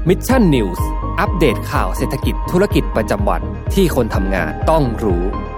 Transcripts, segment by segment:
Mission News อัปเดตข่าวเศรษฐกิจธุรกิจประจำวันที่คนทำงานต้องรู้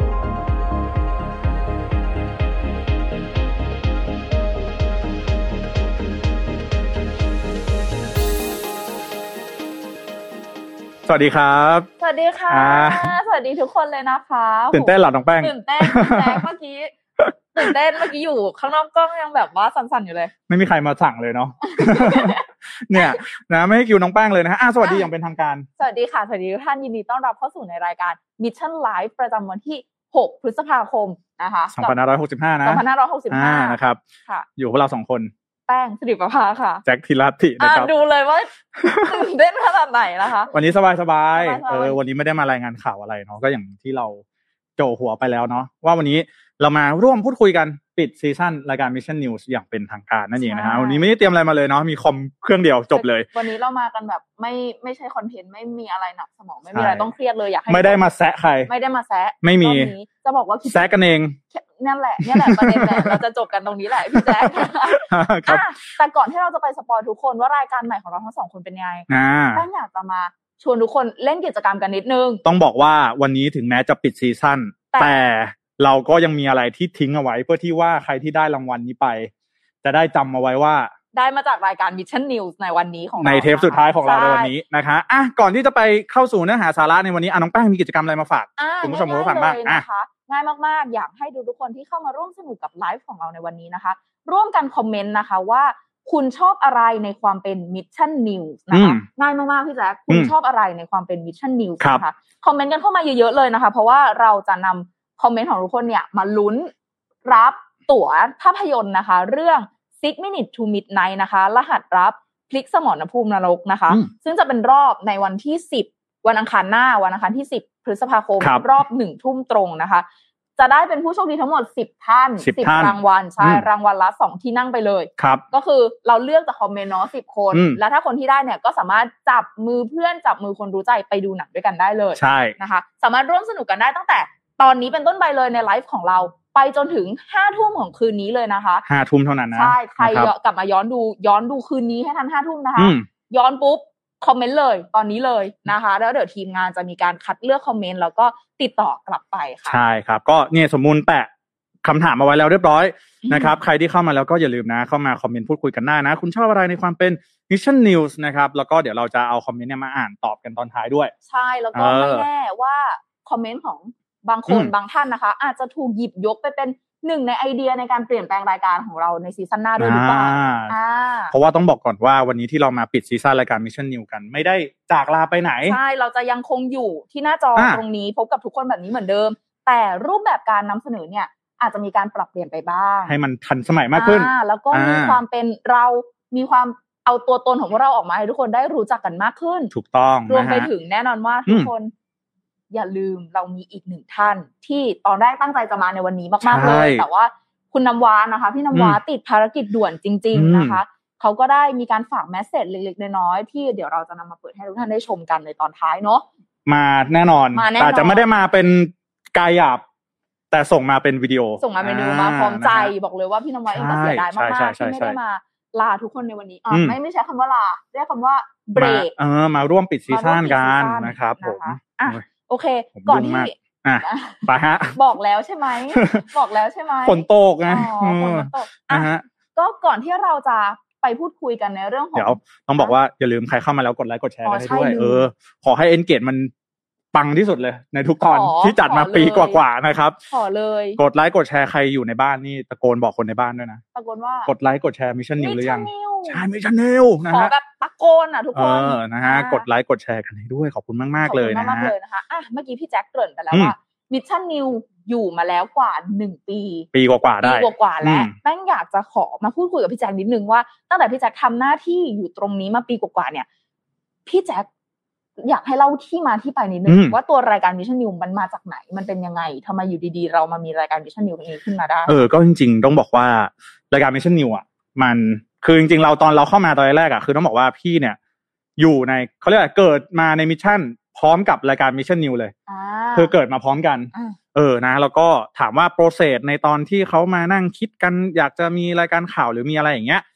สวัสดีครับสวัสดีค่ะสวัสดีทุกคนเลยนะคะตื่นเต้นหรอน้องแป้งตื่นเต้นแจ๊คเมื่อกี้ตื่นเต้นเมื่อกี้อยู่ข้างนอกกล้องยังแบบว่าสั่นๆอยู่เลยไม่มีใครมาสั่งเลยเนาะ เนี่ยนะไม่ให้คิวน้องแป้งเลยนะฮะสวัสดีอย่างเป็นทางการสวัสดีค่ะสวัสดีทุกท่านยินดีต้อนรับเข้าสู่ในรายการ Mission Live ประจำวันที่6พฤษภาคมนะคะ 2565นะ 2565 นะครับอยู่พวกเรา2คนแป้งสิริประภาค่ะแจ็คธีรธินะครับดูเลยว่าตื่นเต้นขนาดไหนนะคะวันนี้สบายๆวันนี้ไม่ได้มารายงานข่าวอะไรเนาะก็อย่างที่เราโจหัวไปแล้วเนาะว่าวันนี้เรามาร่วมพูดคุยกันปิดซีซั่นรายการ Mission News อย่างเป็นทางการนั่นเองนะฮะวันนี้ไม่ได้เตรียมอะไรมาเลยเนาะมีคอมเครื่องเดียวจบเลยวันนี้เรามากันแบบไม่ใช่คอนเทนต์ไม่มีอะไรหนักสมองไม่มีอะไรต้องเครียดเลยอยากให้ไม่ได้มาแซะใครไม่ได้มาแซะไม่มีจะบอกว่าแซะกันเองนั่นแหละประเด็นแหละเราจะจบกันตรงนี้แหละพี่แจ๊คแต่ก่อนที่เราจะไปสปอยทุกคนว่ารายการใหม่ของเราทั้ง2คนเป็นยังไงแป้งอยากจะมาชวนทุกคนเล่นกิจกรรมกันนิดนึงต้องบอกว่าวันนี้ถึงแม้จะปิดซีซั่นแต่เราก็ยังมีอะไรที่ทิ้งเอาไว้เพื่อที่ว่าใครที่ได้รางวัลนี้ไปจะได้จำเอาไว้ว่าได้มาจากรายการ Mission News ในวันนี้ของเราในเทปสุดท้ายของเราในวันนี้นะคะก่อนที่จะไปเข้าสู่เนื้อหาสาระในวันนี้น้องแป้งมีกิจกรรมอะไรมาฝากคุณผู้ชมผู้ฟังบ้างนะคะง่ายมากๆอยากให้ทุกคนที่เข้ามาร่วมสนุกกับไลฟ์ของเราในวันนี้นะคะร่วมกันคอมเมนต์นะคะว่าคุณชอบอะไรในความเป็น Mission News นะคะง่ายมากๆพี่แจ๊คคุณชอบอะไรในความเป็น Mission News นะคะคอมเมนต์กันเข้ามาเยอะๆเลยนะคะเพราะว่าเราจะนำคอมเมนต์ของทุกคนเนี่ยมาลุ้นรับตั๋วภาพยนตร์นะคะเรื่อง 6 Minutes to Midnight นะคะรหัสรับพลิกสมรภูมินรกนะคะซึ่งจะเป็นรอบในวันที่10วันอังคารหน้าวันอังคารที่10พฤษภาคมรอบ 1 ทุ่มตรงนะคะจะได้เป็นผู้โชคดีทั้งหมด10ท่าน10รางวัลใช่รางวัลละ2ที่นั่งไปเลยก็คือเราเลือกจากคอมเมนต์เนาะ10คนแล้วถ้าคนที่ได้เนี่ยก็สามารถจับมือเพื่อนจับมือคนรู้ใจไปดูหนังด้วยกันได้เลยใช่นะคะสามารถร่วมสนุกกันได้ตั้งแต่ตอนนี้เป็นต้นไปเลยในไลฟ์ของเราไปจนถึง 5 ทุ่มของคืนนี้เลยนะคะ 5 ทุ่มเท่านั้นนะใช่ใครกลับมาย้อนดูคืนนี้ให้ทัน 5 ทุ่มนะคะย้อนปุ๊บคอมเมนต์เลยตอนนี้เลยนะคะแล้วเดี๋ยวทีมงานจะมีการคัดเลือกคอมเมนต์แล้วก็ติดต่อกลับไปค่ะใช่ครับก็เนี่ยสมมุติแปะคำถามเอาไว้แล้วเรียบร้อยนะครับใครที่เข้ามาแล้วก็อย่าลืมนะเข้ามาคอมเมนต์พูดคุยกันได้นะคุณชอบอะไรในความเป็น Mission News นะครับแล้วก็เดี๋ยวเราจะเอาคอมเมนต์เนี่ยมาอ่านตอบกันตอนท้ายด้วยใช่แล้วก็ไม่แน่ว่าคอมเมนต์ของบางคนบางท่านนะคะอาจจะถูกหยิบยกไปเป็นหนึ่งในไอเดียในการเปลี่ยนแปลงรายการของเราในซีซั่นหน้าด้วยหรือเปล่าเพราะว่าต้องบอกก่อนว่าวันนี้ที่เรามาปิดซีซั่นรายการ Mission News กันไม่ได้จากลาไปไหนใช่เราจะยังคงอยู่ที่หน้าจอตรงนี้พบกับทุกคนแบบนี้เหมือนเดิมแต่รูปแบบการนำเสนอเนี่ยอาจจะมีการปรับเปลี่ยนไปบ้างให้มันทันสมัยมากขึ้นแล้วก็มีความเป็นเรามีความเอาตัวตนของเราออกมาให้ทุกคนได้รู้จักกันมากขึ้นถูกต้องรวมไปถึงแน่นอนว่าทุกคนอย่าลืมเรามีอีก1ท่านที่ตอนแรกตั้งใจจะมาในวันนี้มากๆเลยแต่ว่าคุณน้ำว้านะคะพี่น้ำว้าติดภารกิจด่วนจริงๆนะคะเขาก็ได้มีการฝากเมสเสจเล็กๆน้อยๆที่เดี๋ยวเราจะนำมาเปิดให้ทุกท่านได้ชมกันในตอนท้ายเนาะมาแน่นอนแต่จะไม่ได้มาเป็นกายหยาบแต่ส่งมาเป็นวิดีโอมาพร้อมใจบอกเลยว่าพี่น้ำว้าเองก็เสียดายมากๆที่ไม่ได้มาลาทุกคนในวันนี้ไม่ใช้คำว่าลาเรียกคำว่าเบรกมาร่วมปิดซีซั่นกันนะครับผมโอเคก่อนที่ไปฮะบอกแล้วใช่ไหมฝนตกนะฝนตกก็ก่อนที่เราจะไปพูดคุยกันในเรื่องของเดี๋ยวต้องบอกว่าอย่าลืมใครเข้ามาแล้วกดไลค์กดแชร์กันให้ด้วยขอให้ engage มันปังที่สุดเลยในทุกตอนที่จัดมาปีกว่าๆนะครับขอเลยกดไลค์กดแชร์ใครอยู่ในบ้านนี่ตะโกนบอกคนในบ้านด้วยนะตะโกนว่ากดไลค์กดแชร์ Mission News หรือยังใช่ Mission News นะฮะขอแบบตะโกนทุกคนนะฮะกดไลค์กดแชร์กันให้ด้วยขอบคุณมากๆเลยนะฮะเมื่อกี้พี่แจ็คเกริ่นไปแล้วว่า Mission News อยู่มาแล้วกว่า1ปีกว่าๆได้ปีกว่าๆแล้วแป้งอยากจะขอมาพูดคุยกับพี่แจ็คนิดนึงว่าตั้งแต่พี่แจ็คทำหน้าที่อยู่ตรงนี้มาปีกว่าๆเนี่ยพี่แจ็คอยากให้เล่าที่มาที่ไปนิดนึงว่าตัวรายการ Mission News มันมาจากไหนมันเป็นยังไงทำไมอยู่ดีๆเรามามีรายการ Mission News นี้ขึ้นมาได้ก็จริงๆต้องบอกว่ารายการ Mission News อ่ะมันคือจริงๆเราตอนเราเข้ามาตอนแรกอ่ะคือต้องบอกว่าพี่เนี่ยอยู่ในเขาเรียกอะไรเกิดมาในมิชชั่นพร้อมกับรายการ Mission News เลยคือเกิดมาพร้อมกันนะแล้วก็ถามว่าโปรเซสในตอนที่เขามานั่งคิดกันอยากจะมีรายการข่าวหรือมีอะไรอย่างเงี้ย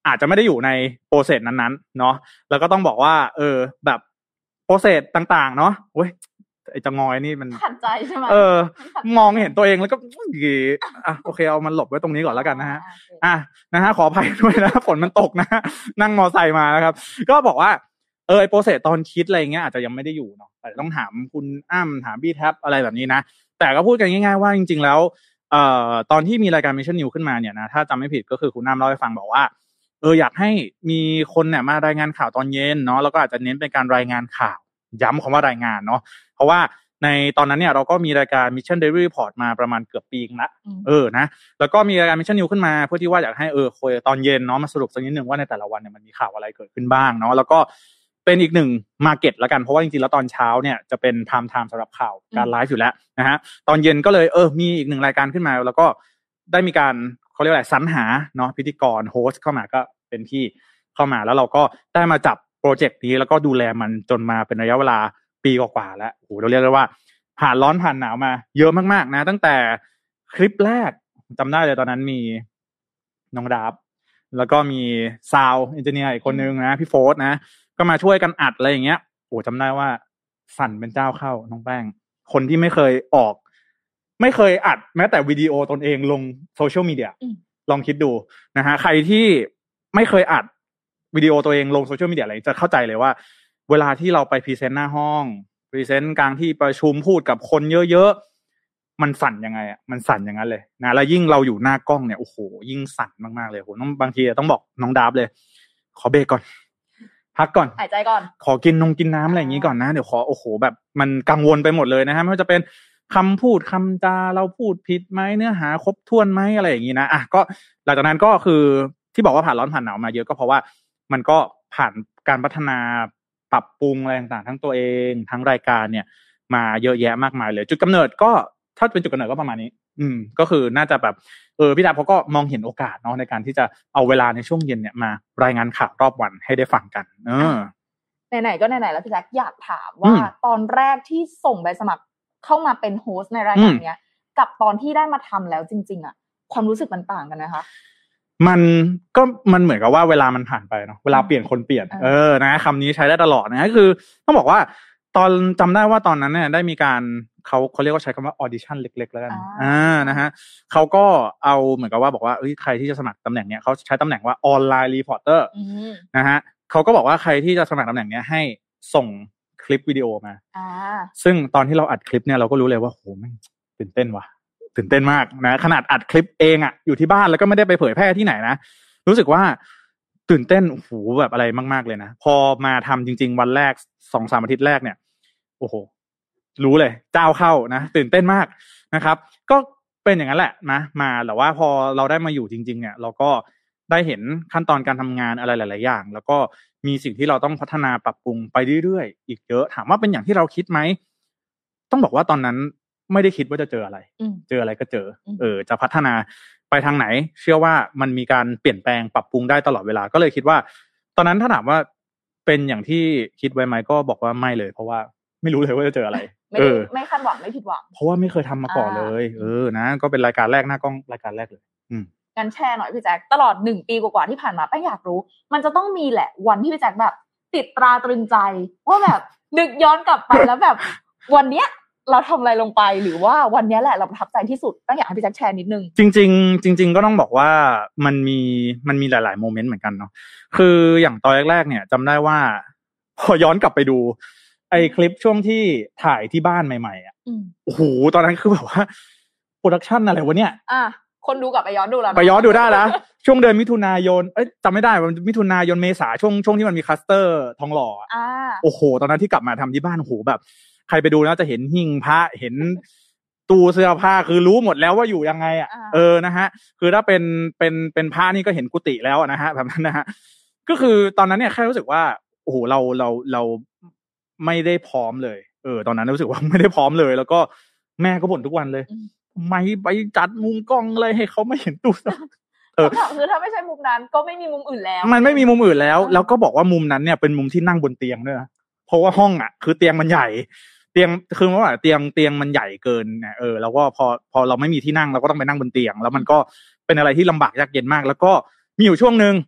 อาจจะไม่ได้อยู่ในโปรเซสนั้นๆเนาะแล้วก็ต้องบอกว่าแบบโปรเซสต่างๆเนาะโอ้ยไอ้จะงอยนี่มันขัดใจใช่ไหมมองเห็นตัวเองแล้วก็โอเคเอามันหลบไว้ตรงนี้ก่อนแล้วกันนะฮะนะฮะขออภัยด้วยนะฝนมันตกนะนั่งมอไซค์มานะครับก็บอกว่าไอ้โปรเซสตอนคิดอะไรเงี้ยอาจจะยังไม่ได้อยู่เนาะแต่ต้องถามคุณอ้ำถามพี่แท็บอะไรแบบนี้นะแต่ก็พูดกันง่ายๆว่าจริงๆแล้วตอนที่มีรายการ Mission News ขึ้นมาเนี่ยนะถ้าจำไม่ผิดก็คือคุณอ้ำเล่าให้ฟังบอกว่าอยากให้มีคนเนี่ยมารายงานข่าวตอนเย็นเนาะแล้วก็อาจจะเน้นเป็นการรายงานข่าวย้ำคำว่ารายงานเนาะเพราะว่าในตอนนั้นเนี่ยเราก็มีรายการ Mission Daily Report มาประมาณเกือบปีละนะแล้วก็มีรายการ Mission News ขึ้นมาเพื่อที่ว่าอยากให้คุยตอนเย็นเนาะมาสรุปสักนิดนึงว่าในแต่ละวันเนี่ยมันมีข่าวอะไรเกิดขึ้นบ้างเนาะแล้วก็เป็นอีกหนึ่งมาร์เก็ตละกันเพราะว่าจริงๆแล้วตอนเช้าเนี่ยจะเป็นไทม์ไทม์สำหรับข่าวการไลฟ์อยู่แล้วนะฮะตอนเย็นก็เลยมีอีกหนึ่งรายการขึ้นมาแล้วก็ได้มีการเขาเรียกว่าอะไรสรรหาเนาะพิธีกรโฮสต์เข้ามาก็เป็นที่เข้ามาแล้วเราก็ได้มาจับโปรเจกต์นี้แล้วก็ดูแลมันจนมาเป็นระยะเวลาปีกว่าๆแล้วโอ้โหเราเรียกได้ว่าผ่านร้อนผ่านหนาวมาเยอะมากๆนะตั้งแต่คลิปแรกจำได้เลยตอนนั้นมีน้องดาบแล้วก็มีซาวด์เอนจิเนียร์อีกคนนึงนะพี่โฟร์นะก็มาช่วยกันอัดอะไรอย่างเงี้ยโอ้จำได้ว่าสั่นเป็นเจ้าเข้าน้องแป้งคนที่ไม่เคยอัดแม้แต่วิดีโอตนเองลงโซเชียลมีเดียลองคิดดูนะฮะใครที่ไม่เคยอัดวิดีโอตัวเองลงโซเชียลมีเดียอะไรจะเข้าใจเลยว่าเวลาที่เราไปพรีเซนต์หน้าห้องพรีเซนต์กลางที่ประชุมพูดกับคนเยอะๆมันสั่นยังไงอ่ะมันสั่นอย่างนั้นเลยนะแล้วยิ่งเราอยู่หน้ากล้องเนี่ยโอ้โหยิ่งสั่นมากๆเลยโหบางทีต้องบอกน้องดาบเลยขอเบรกก่อนพักก่อนหายใจก่อนขอกินน้ำอะไรอย่างนี้ก่อนนะเดี๋ยวขอโอ้โหแบบมันกังวลไปหมดเลยนะฮะไม่ว่าจะเป็นคำพูดคำจาเราพูดผิดไหมเนื้อหาครบถ้วนไหมอะไรอย่างนี้นะก็หลังจากนั้นก็คือที่บอกว่าผ่านร้อนผ่านหนาวมาเยอะก็เพราะว่ามันก็ผ่านการพัฒนาปรับปรุงอะไรต่างๆทั้งตัวเองทั้งรายการเนี่ยมาเยอะแยะมากมายเลยจุดกำเนิดก็ถ้าเป็นจุดกำเนิดก็ประมาณนี้ก็คือน่าจะแบบพี่ดาเขาก็มองเห็นโอกาสเนาะในการที่จะเอาเวลาในช่วงเย็นเนี่ยมารายงานข่าวรอบวันให้ได้ฟังกันไหนๆก็ไหนๆแล้วพี่แจ็คอยากถามว่าตอนแรกที่ส่งใบสมัครเข้ามาเป็นโฮสต์ในรายการเนี้ยกับตอนที่ได้มาทำแล้วจริงๆอ่ะความรู้สึกมันต่างกันนะคะมันเหมือนกับว่าเวลามันผ่านไปเนาะเวลาเปลี่ยนคนเปลี่ยนนะคำนี้ใช้ได้ตลอดนะคือต้องบอกว่าตอนจำได้ว่าตอนนั้นเนี่ยได้มีการเขาเรียกว่าใช้คำว่าออดิชั่นเล็กๆแล้วกันนะฮะเขาก็เอาเหมือนกับว่าบอกว่าใครที่จะสมัครตำแหน่งเนี้ยเขาใช้ตำแหน่งว่าออนไลน์รีพอร์เตอร์นะฮะเขาก็บอกว่าใครที่จะสมัครตำแหน่งเนี้ยให้ส่งคลิปวิดีโอมาซึ่งตอนที่เราอัดคลิปเนี่ยเราก็รู้เลยว่าโหมันตื่นเต้นว่ะตื่นเต้นมากนะขนาดอัดคลิปเองอ่ะอยู่ที่บ้านแล้วก็ไม่ได้ไปเผยแพร่ที่ไหนนะรู้สึกว่าตื่นเต้นโอ้โหแบบอะไรมากๆเลยนะพอมาทำจริงๆวันแรก 2-3 อาทิตย์แรกเนี่ยโอ้โหรู้เลยเจ้าเข้านะตื่นเต้นมากนะครับก็เป็นอย่างนั้นแหละนะมาแต่ว่าพอเราได้มาอยู่จริงๆเนี่ยเราก็ได้เห็นขั้นตอนการทำงานอะไรหลายๆอย่างแล้วก็มีสิ่งที่เราต้องพัฒนาปรับปรุงไปเรื่อยๆอีกเยอะถามว่าเป็นอย่างที่เราคิดไหมต้องบอกว่าตอนนั้นไม่ได้คิดว่าจะเจออะไรก็เจอจะพัฒนาไปทางไหนเชื่อว่ามันมีการเปลี่ยนแปลงปรับปรุงได้ตลอดเวลาก็เลยคิดว่าตอนนั้นถ้าถามว่าเป็นอย่างที่คิดไว้ไหมก็บอกว่าไม่เลยเพราะว่าไม่รู้เลยว่าจะเจออะไรไม่คาดหวังไม่ผิดหวังเพราะว่าไม่เคยทำมาก่อนเลยนะก็เป็นรายการแรกหน้ากล้องรายการแรกเลยงั้นแชร์หน่อยพี่แจ็คตลอด1 ปีกว่าๆที่ผ่านมาแป้งอยากรู้มันจะต้องมีแหละวันที่พี่แจ็คแบบติดตราตรึงใจว่าแบบนึกย้อนกลับไปแล้วแบบวันเนี้ยเราทำอะไรลงไปหรือว่าวันนี้แหละเราประทับใจที่สุดแป้งอยากให้พี่แจ็คแชร์นิดนึงจริงๆก็ต้องบอกว่ามันมีหลายๆโมเมนต์เหมือนกันเนาะคืออย่างตอนแรกๆเนี่ยจำได้ว่าพอย้อนกลับไปดูไอ้คลิปช่วงที่ถ่ายที่บ้านใหม่ๆอ่ะโอ้โหตอนนั้นคือแบบว่าโปรดักชันอะไรวะเนี่ยคนดูกลับไปย้อนดูแล้วไปย้อนดูได้แล้วช่วงเดือนมิถุนายนจำไม่ได้ว่ามิถุนายนเมษาช่วงที่มันมีคลัสเตอร์ทองหล่อโอ้โหตอนนั้นที่กลับมาทำที่บ้านโอ้โหแบบใครไปดูแล้วจะเห็นหิ้งพระเห็นตู้เสื้อผ้าคือรู้หมดแล้วว่าอยู่ยังไงนะฮะคือถ้าเป็นพระนี่ก็เห็นกุฏิแล้วนะฮะแบบนั้นนะฮะก็คือตอนนั้นเนี่ยแค่รู้สึกว่าโอ้โหเราไม่ได้พร้อมเลยตอนนั้นรู้สึกว่าไม่ได้พร้อมเลยแล้วก็แม่ก็บ่นทุกวันเลยไม่ไปจัดมุมกล้องเลยให้เขาไม่เห็นตู้คือถ้าไม่ใช่มุมนั้นก็ไม่มีมุมอื่นแล้วมันไม่มีมุมอื่นแล้วก็บอกว่ามุมนั้นเนี่ยเป็นมุมที่นั่งบนเตียงด้วยนะเพราะว่าห้องอ่ะคือเตียงมันใหญ่เตียงคือว่าเตียงมันใหญ่เกินเนี่ยแล้วก็พอเราไม่มีที่นั่งเราก็ต้องไปนั่งบนเตียงแล้วมันก็เป็นอะไรที่ลำบากยากเย็นมากแล้วก็มีอยู่ช่วงนึง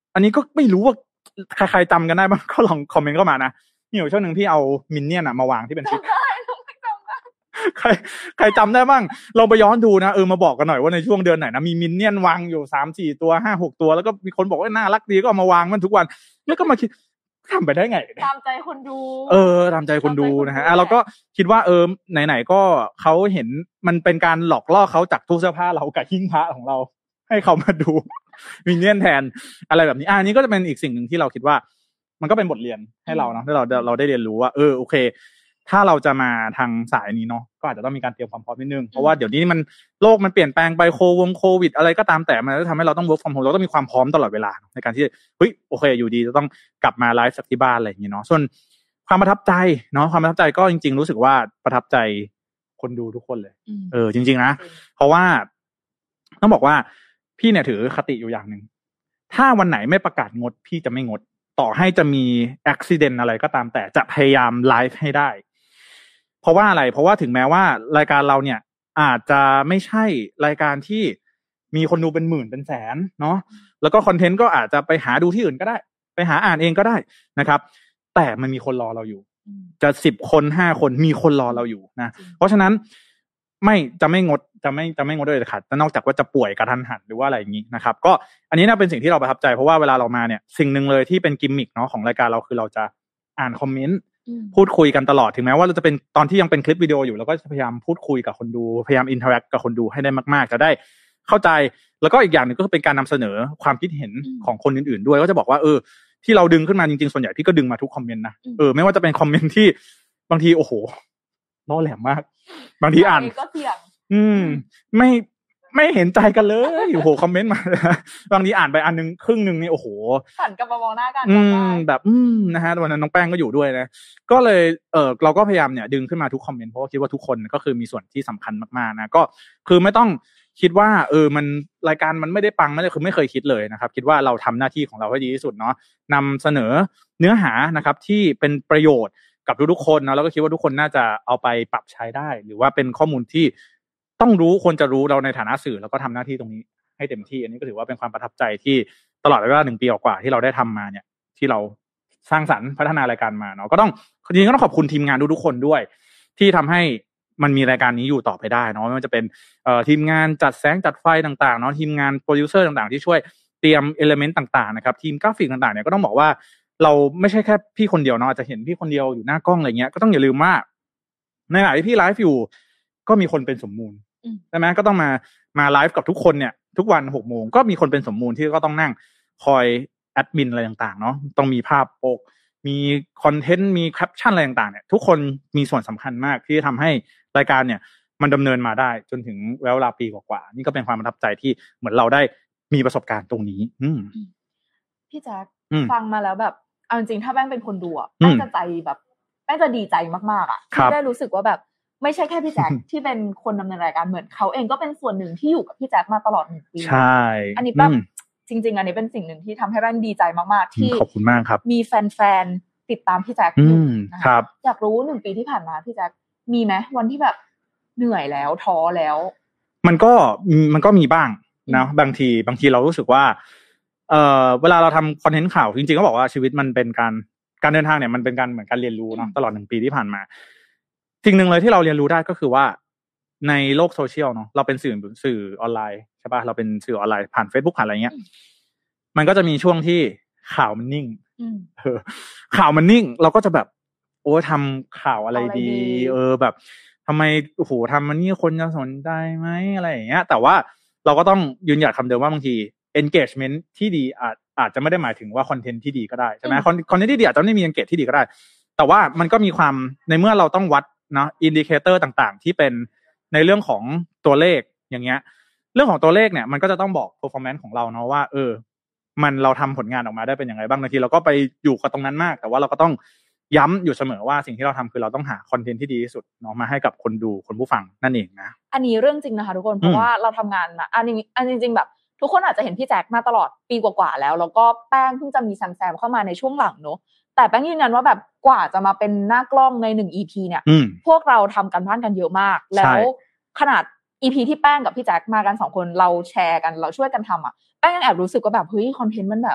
อันนี้ก็ไม่รู้ว่าใครจำกันได้บ้างก็ลองคอมเมนต์เข้ามานะมีอยู่ช่วงนึงพี่เอามินเนี่ยนมาวางที่เป็นชุดใครจำได้บ้างเราไปย้อนดูนะมาบอกกันหน่อยว่าในช่วงเดือนไหนนะมีมินเนี่ยนวางอยู่ 3-4 ตัว 5-6 ตัวแล้วก็มีคนบอกว่าน่ารักดีก็เอามาวางมันทุกวันแล้วก็มาคิดทำไปได้ไงตามใจคนดูตามใจคนดูนะฮะเราก็คิดว่าไหนๆก็เขาเห็นมันเป็นการหลอกล่อเขาจากตู้เสื้อผ้าเรากับหิ้งพระของเราให้เขามาดูมินเนี่ยนแทนอะไรแบบนี้อันนี้ก็จะเป็นอีกสิ่งหนึ่งที่เราคิดว่ามันก็เป็นบทเรียนให้เราเนาะที่เราได้เรียนรู้ว่าโอเคถ้าเราจะมาทางสายนี้เนาะก็อาจจะต้องมีการเตรียมความพร้อมนิดนึงเพราะว่าเดี๋ยวนี้มันโลกมันเปลี่ยนแปลงไปโควิดอะไรก็ตามแต่มันจะทำให้เราต้อง work from home เราต้องมีความพร้อมตลอดเวลาในการที่โอเคอยู่ดีจะต้องกลับมาไลฟ์จากที่บ้านอะไรอย่างเงี้ยเนาะส่วนความประทับใจเนาะความประทับใจก็จริงๆรู้สึกว่าประทับใจคนดูทุกคนเลยจริงๆนะเพราะว่าต้องบอกว่าพี่เนี่ยถือคติอยู่อย่างนึงถ้าวันไหนไม่ประกาศงดพี่จะไม่งดต่อให้จะมีอุบัติเหตุอะไรก็ตามแต่จะพยายามไลฟ์ให้ได้เพราะว่าอะไรเพราะว่าถึงแม้ว่ารายการเราเนี่ยอาจจะไม่ใช่รายการที่มีคนดูเป็นหมื่นเป็นแสนเนาะแล้วก็คอนเทนต์ก็อาจจะไปหาดูที่อื่นก็ได้ไปหาอ่านเองก็ได้นะครับแต่มันมีคนรอเราอยู่จะ10 คน5 คนมีคนรอเราอยู่นะเพราะฉะนั้นจะไม่งดด้วยเด็ดขาดนอกจากว่าจะป่วยกระทันหันหรือว่าอะไรอย่างนี้นะครับก็อันนี้น่าเป็นสิ่งที่เราประทับใจเพราะว่าเวลาเรามาเนี่ยสิ่งนึงเลยที่เป็นกิมมิคเนาะของรายการเราคือเราจะอ่านคอมเมนต์พูดคุยกันตลอดถึงแม้ว่าเราจะเป็นตอนที่ยังเป็นคลิปวิดีโออยู่เราก็พยายามพูดคุยกับคนดูพยายามอินเทอร์แอคกับคนดูให้ได้มากๆจะได้เข้าใจแล้วก็อีกอย่างนึงก็คือเป็นการนำเสนอความคิดเห็นของคนอื่นๆด้วยก็จะบอกว่าที่เราดึงขึ้นมาจริงๆส่วนใหญ่พี่ก็ดึงมาทุกคอมเมนต์นะไม่ว่าจะเป็นคอมเมนต์ที่บางทีโอ้โหล้อแหลมมากบางทีอ่านก็เสี่ยงไม่เห็นใจกันเลยโอ้โหคอมเมนต์มาบางทีอ่านไปอันนึงครึ่งนึงนี่โอ้โหหันกลับมามองหน้ากันแบบนะฮะวันนั้นน้องแป้งก็อยู่ด้วยนะก็เลยเราก็พยายามเนี่ยดึงขึ้นมาทุกคอมเมนต์เพราะว่าคิดว่าทุกคนก็คือมีส่วนที่สำคัญมากๆนะก็คือไม่ต้องคิดว่ามันรายการมันไม่ได้ปังไม่ได้คือไม่เคยคิดเลยนะครับคิดว่าเราทำหน้าที่ของเราให้ดีที่สุดเนาะนำเสนอเนื้อหานะครับที่เป็นประโยชน์กับทุกๆคนนะแล้วก็คิดว่าทุกคนน่าจะเอาไปปรับใช้ได้หรือว่าเป็นข้อมูลที่ต้องรู้ควรจะรู้เราในฐานะสื่อแล้วก็ทำหน้าที่ตรงนี้ให้เต็มที่อันนี้ก็ถือว่าเป็นความประทับใจที่ตลอดเวลา1 ปีกว่าที่เราได้ทำมาเนี่ยที่เราสร้างสรรค์พัฒนารายการมาเนาะก็ต้องจริงๆก็ต้องขอบคุณทีมงานทุกๆคนด้วยที่ทำให้มันมีรายการนี้อยู่ต่อไปได้เนาะไม่ว่าจะเป็นทีมงานจัดแสงจัดไฟต่างๆเนาะทีมงานโปรดิวเซอร์ต่างๆที่ช่วยเตรียมเอลิเมนต์ต่างๆนะครับทีมกราฟิกต่างๆเนี่ยก็ต้องบอกว่าเราไม่ใช่แค่พี่คนเดียวเนาะอาจจะเห็นพี่คนเดียวอยู่หน้ากล้องอะไรเงี้ยก็ต้องอย่าลืมว่าในขณะที่พี่ไลฟ์อยู่ก็มีคนเป็นสมมูลใช่ไหมก็ต้องมาไลฟ์กับทุกคนเนี่ยทุกวัน 6 โมงก็มีคนเป็นสมมูลที่ก็ต้องนั่งคอยแอดมินอะไรต่างๆเนาะต้องมีภาพปกมีคอนเทนต์มีแคปชั่นอะไรต่างๆเนี่ยทุกคนมีส่วนสำคัญมากที่ทำให้รายการเนี่ยมันดำเนินมาได้จนถึงเวลาปีกว่าๆนี่ก็เป็นความประทับใจที่เหมือนเราได้มีประสบการณ์ตรงนี้พี่แจ๊คฟังมาแล้วแบบเอาจริงๆถ้าแป้งเป็นคนดูอ่ะแป้งจะใจแบบแป้งจะดีใจมากๆอ่ะที่ได้รู้สึกว่าแบบไม่ใช่แค่พี่แจ๊คที่เป็นคนดำเนินรายการเหมือนเขาเองก็เป็นส่วนหนึ่งที่อยู่กับพี่แจ๊คมาตลอด1 ปีใช่อันนี้แบบจริงๆอันนี้เป็นสิ่งหนึ่งที่ทำให้แป้งดีใจมากๆที่ขอบคุณมากครับมีแฟนๆติดตามพี่แจ๊คอยู่นะครับอยากรู้1 ปีที่ผ่านมาพี่แจ๊คมีไหมวันที่แบบเหนื่อยแล้วท้อแล้วมันก็มีบ้างนะบางทีเรารู้สึกว่าเวลาเราทำคอนเทนต์ข่าวจริงๆก็บอกว่าชีวิตมันเป็นการเดินทางเนี่ยมันเป็นการเหมือนการเรียนรู้เนาะตลอด1 ปีที่ผ่านมาสิ่งหนึ่งเลยที่เราเรียนรู้ได้ก็คือว่าในโลกโซเชียลเนาะเราเป็นสื่อออนไลน์ใช่ป่ะเราเป็นสื่อออนไลน์ผ่าน Facebook ผ่านอะไรเงี้ยมันก็จะมีช่วงที่ข่าวมันนิ่งข่าวมันนิ่งเราก็จะแบบโอ้ทำข่าวอะไรดีแบบทำไมโอ้โหทำมันนี่คนจะสนใจไหมอะไรอย่างเงี้ยแต่ว่าเราก็ต้องยืนหยัดคำเดิมว่าบางที engagement ที่ดีอาจจะไม่ได้หมายถึงว่าคอนเทนต์ที่ดีก็ได้ใช่ไหมคอนเทนต์ที่ดีอาจจะไม่มี engage ที่ดีก็ได้แต่ว่ามันก็มีความในเมื่อเราต้องวัดนะอินดิเคเตอร์ต่างๆที่เป็นในเรื่องของตัวเลขอย่างเงี้ยเรื่องของตัวเลขเนี่ยมันก็จะต้องบอก performance ของเราเนาะว่ามันเราทำผลงานออกมาได้เป็นยังไงบ้างบางทีเราก็ไปอยู่กับตรงนั้นมากแต่ว่าเราก็ต้องย้ำอยู่เสมอว่าสิ่งที่เราทำคือเราต้องหาคอนเทนต์ที่ดีที่สุดเนาะมาให้กับคนดูคนผู้ฟังนั่นเองนะอันนี้เรื่องจริงนะคะทุกคนเพราะว่าเราทำงานมาอันจริงๆแบบทุกคนอาจจะเห็นพี่แจ็คมาตลอดปีกว่าๆแล้วก็แป้งเพิ่งจะมีแซมเข้ามาในช่วงหลังเนาะแต่แป้งยืนยันว่าแบบกว่าจะมาเป็นหน้ากล้องใน1 EP เนี่ยพวกเราทำกันบ้านกันเยอะมากแล้วขนาด EP ที่แป้งกับพี่แจ็คมากัน2 คนเราแชร์กันเราช่วยกันทำอ่ะแป้งยังแอบรู้สึกว่าแบบเฮ้ยคอนเทนต์มันแบบ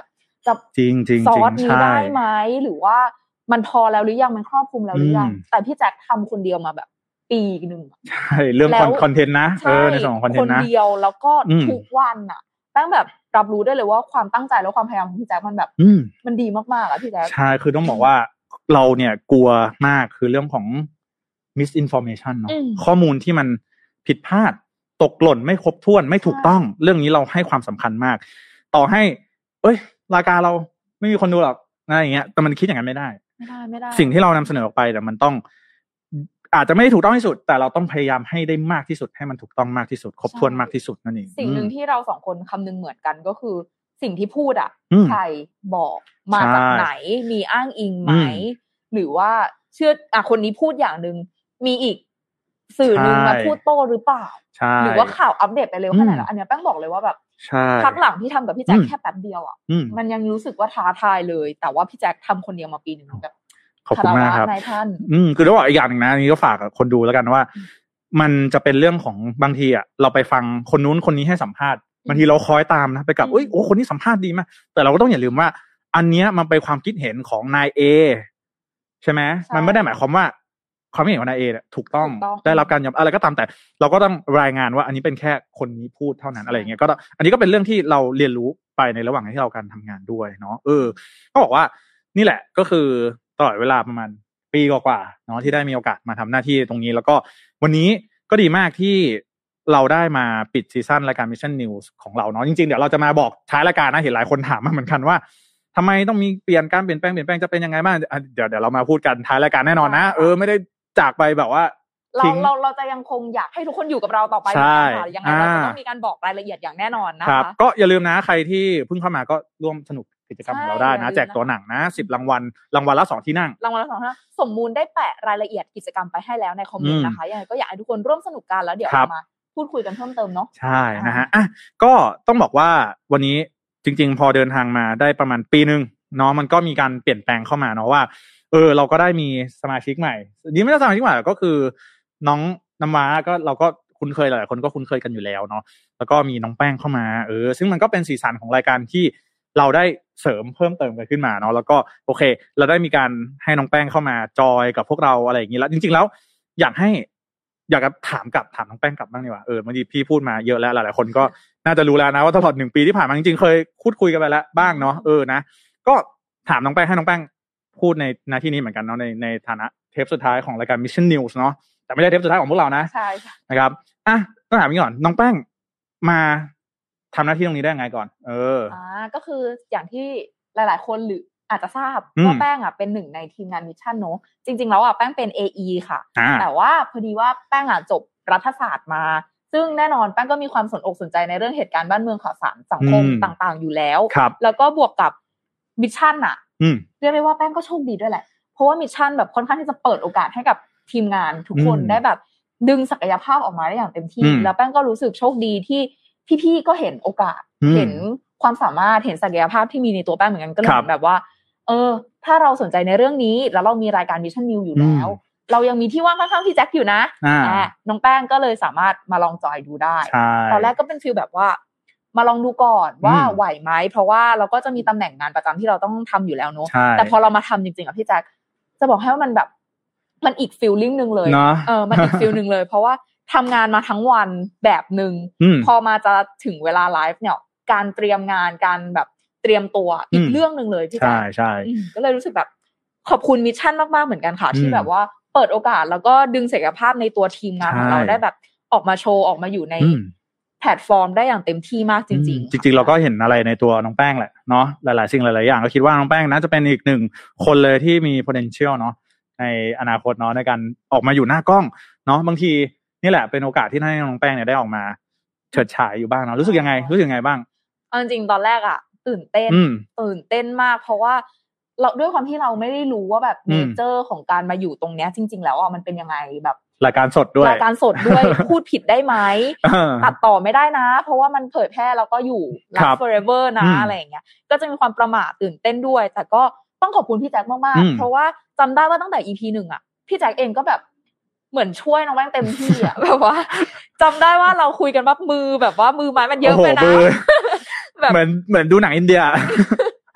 จะจริงซอสนี้ได้ไหมหรือว่ามันพอแล้วหรือยังมันครอบคลุมแล้วหรือยังแต่พี่แจ็คทำคนเดียวมาแบบปีนึงใช่เรื่องคอนเทนต์นะในส่วนของคอนเทนต์นะคนเดียวแล้วก็ทุกวันอ่ะตั้งแบบรับรู้ได้เลยว่าความตั้งใจและความพยายามของพี่แจ็คมันแบบมันดีมากๆอ่ะพี่แจ็คใช่คือต้องบอกว่าเราเนี่ยกลัวมากคือเรื่องของ misinformation เนาะข้อมูลที่มันผิดพลาดตกหล่นไม่ครบถ้วนไม่ถูกต้องเรื่องนี้เราให้ความสำคัญมากต่อให้รายการเราไม่มีคนดูหรอกอะไรอย่างเงี้ยแต่มันคิดอย่างนั้นไม่ได้สิ่งที่เรานำเสนอออกไปแต่มันต้องอาจจะไม่ถูกต้องที่สุดแต่เราต้องพยายามให้ได้มากที่สุดให้มันถูกต้องมากที่สุดครบถ้วนมากที่สุดนั่นเองสิ่งหนึ่งที่เราสองคนคำนึงเหมือนกันก็คือสิ่งที่พูดอ่ะใครบอกมาจากไหนมีอ้างอิงไหมหรือว่าเชื่อคนนี้พูดอย่างนึงมีอีกสื่อนึงมาพูดโต้หรือเปล่าหรือว่าข่าวอัปเดตไปเร็วขนาดนั้นอันนี้แป้งบอกเลยว่าแบบพักหลังที่ทำกับพี่แจ็คแค่แป๊บเดียวอ่ะมันยังรู้สึกว่าท้าทายเลยแต่ว่าพี่แจ็คทำคนเดียวมาปีนึงแบบขอบคุณมากครับนายท่านคือต้องบอกอีกอย่างนึงนะนี่ก็ฝากคนดูแล้วกันว่ามันจะเป็นเรื่องของบางทีอ่ะเราไปฟังคนนู้นคนนี้ให้สัมภาษณ์บางทีเราคอยตามนะไปกับคนนี้สัมภาษณ์ดีมากแต่เราก็ต้องอย่าลืมว่าอันเนี้ยมันเป็นความคิดเห็นของนาย A ใช่ไหมมันไม่ได้หมายความว่าความคิดเห็นของนาย A เนี่ยถูกต้องได้รับการยอมอะไรก็ตามแต่เราก็ต้องรายงานว่าอันนี้เป็นแค่คนนี้พูดเท่านั้นอะไรอย่างเงี้ยก็อันนี้ก็เป็นเรื่องที่เราเรียนรู้ไปในระหว่างที่เราการทำงานด้วยเนาะก็บอกว่านี่แหละก็คือตลอดเวลาประมาณปีกว่าๆเนาะที่ได้มีโอกาสมาทำหน้าที่ตรงนี้แล้วก็วันนี้ก็ดีมากที่เราได้มาปิดซีซั่นรายการ Mission News ของเราเนาะจริงๆเดี๋ยวเราจะมาบอกท้ายรายการนะเห็นหลายคนถามมาเหมือนกันว่าทำไมต้องมีเปลี่ยนแปลงจะเป็นยังไงบ้างเดี๋ยวเรามาพูดกันท้ายรายการแน่นอนนะไม่ได้จากไปแบบว่าเราจะยังคงอยากให้ทุกคนอยู่กับเราต่อไปนะคะยังไงเราจะต้องมีการบอกรายละเอียดอย่างแน่นอนนะคะก็อย่าลืมนะใครที่เพิ่งเข้ามาก็ร่วมสนุกกิจกรรมของเราได้นะแจกตัวหนังนะ10รางวัลละ2ที่นั่งรางวัลละ2ที่นั่งสมมูลได้แปะรายละเอียดกิจกรรมไปให้แล้วในคอมเมนต์นะคะยังไงก็อยากให้ทุกคนร่วมสนุกกันแล้วเดี๋ยวมาพูดคุยกันเพิ่มเติมเนาะใช่นะฮะก็ต้องบอกว่าวันนี้จริงๆพอเดินทางมาได้ประมาณปีนึงเนาะมันก็มีการเปลี่ยนแปลงเข้ามาเนาะว่าเราก็ได้มีสมาชิกใหม่นี่ไม่ใช่สมาชิกใหม่ก็คือน้องน้ำว้าก็เราก็คุ้นเคยหลายคนก็คุ้นเคยกันอยู่แล้วเนาะแล้วก็มีน้องแป้งเข้ามาซึ่งมันก็เป็นสีสันของรายการที่เราได้เสริมเพิ่มเติมกันขึ้นมาเนาะแล้วก็โอเคเราได้มีการให้น้องแป้งเข้ามาจอยกับพวกเราอะไรอย่างนี้แล้วจริงๆแล้วอยากจะถามน้องแป้งกลับบ้างดีกว่าบางทีพี่พูดมาเยอะแล้วหลายๆคนก็น่าจะรู้แล้วนะว่าตลอด1ปีที่ผ่านมาจริงๆเคยพูดคุยกันไปแล้วบ้างเนาะนะก็ถามน้องแป้งให้น้องแป้งพูดในหน้าที่นี้เหมือนกันเนาะในฐานะเทปสุดท้ายของรายการ Mission News เนาะแต่ไม่ได้เทปสุดท้ายของพวกเรานะใช่ค่ะนะครับต้องถามก่อนน้องแป้งมาทำหน้าที่ตรงนี้ได้ยังไงก่อนก็คืออย่างที่หลายๆคนหรืออาจจะทราบว่าแป้งเป็นหนึ่งในทีมงานมิชชั่นเนาะจริงๆแล้วแป้งเป็น AE ค่ะแต่ว่าพอดีว่าแป้งจบรัฐศาสตร์มาซึ่งแน่นอนแป้งก็มีความสนใจในเรื่องเหตุการณ์บ้านเมืองข่าวสารสังคมต่างๆอยู่แล้วแล้วก็บวกกับมิชชั่นเรียกได้ว่าแป้งก็โชคดีด้วยแหละเพราะว่ามิชชั่นแบบค่อนข้างที่จะเปิดโอกาสให้กับทีมงานทุกคนได้แบบดึงศักยภาพออกมาได้อย่างเต็มที่แล้วแป้งก็รู้สึกโชคดีที่พี่ๆก็เห็นโอกาสเห็นความสามารถเห็นศักยภาพที่มีในตัวแป้งเหมือนกันก็เลยแบบว่าถ้าเราสนใจในเรื่องนี้แล้วเรามีรายการ Mission News อยู่แล้วเรายังมีที่ว่างข้างๆพี่แจ็คอยู่นะน้องแป้งก็เลยสามารถมาลองจอยดูได้ตอนแรกก็เป็นฟีลแบบว่ามาลองดูก่อนว่าไหวไหมเพราะว่าเราก็จะมีตำแหน่งงานประจำที่เราต้องทำอยู่แล้วเนอะแต่พอเรามาทำจริงๆพี่แจ็คจะบอกให้ว่ามันแบบมันอีกฟีลลิ่งนึงเลยมันอีกฟีลนึงเลยเพราะว่าทำงานมาทั้งวันแบบนึงพอมาจะถึงเวลาไลฟ์เนี่ยการเตรียมงานการแบบเตรียมตัวอีกเรื่องนึงเลยพี่แจ๊คใช่ก็เลยรู้สึกแบบขอบคุณมิชชั่นมากๆเหมือนกันค่ะที่แบบว่าเปิดโอกาสแล้วก็ดึงศักยภาพในตัวทีมงานของเราได้แบบออกมาโชว์ออกมาอยู่ในแพลตฟอร์มได้อย่างเต็มที่มากจริงๆจริงๆเราก็เห็นอะไรในตัวน้องแป้งแหละเนาะหลายๆสิ่งหลายๆอย่างก็คิดว่าน้องแป้งน่าจะเป็นอีกหนึ่งคนเลยที่มี potential เนาะในอนาคตเนาะในการออกมาอยู่หน้ากล้องเนาะบางทีนี่แหละเป็นโอกาสที่ให้น้องแป้งเนี่ยได้ออกมาเฉิดฉายอยู่บ้างเนาะรู้สึกยังไงบ้างจริงๆตอนแรกตื่นเต้นมากเพราะว่าเราด้วยความที่เราไม่ได้รู้ว่าแบบเนเจอร์ของการมาอยู่ตรงเนี้ยจริงๆแล้วมันเป็นยังไงแบบรายการสดด้วยพูดผิดได้ไหมตัดต่อไม่ได้นะเพราะว่ามันเผยแพร่แล้วก็อยู่ last forever นะอะไรอย่างเงี้ยก็จะมีความประหม่าตื่นเต้นด้วยแต่ก็ต้องขอบคุณพี่แจ็คมากๆเพราะว่าจำได้ว่าตั้งแต่ EP 1พี่แจ็คเองก็แบบเหมือนช่วยน้องแป้งเต็มที่แบบว่าจำได้ว่าเราคุยกันว่ามือไม้มันเยอะไปนะแบบเหมือนดูหนังอินเดีย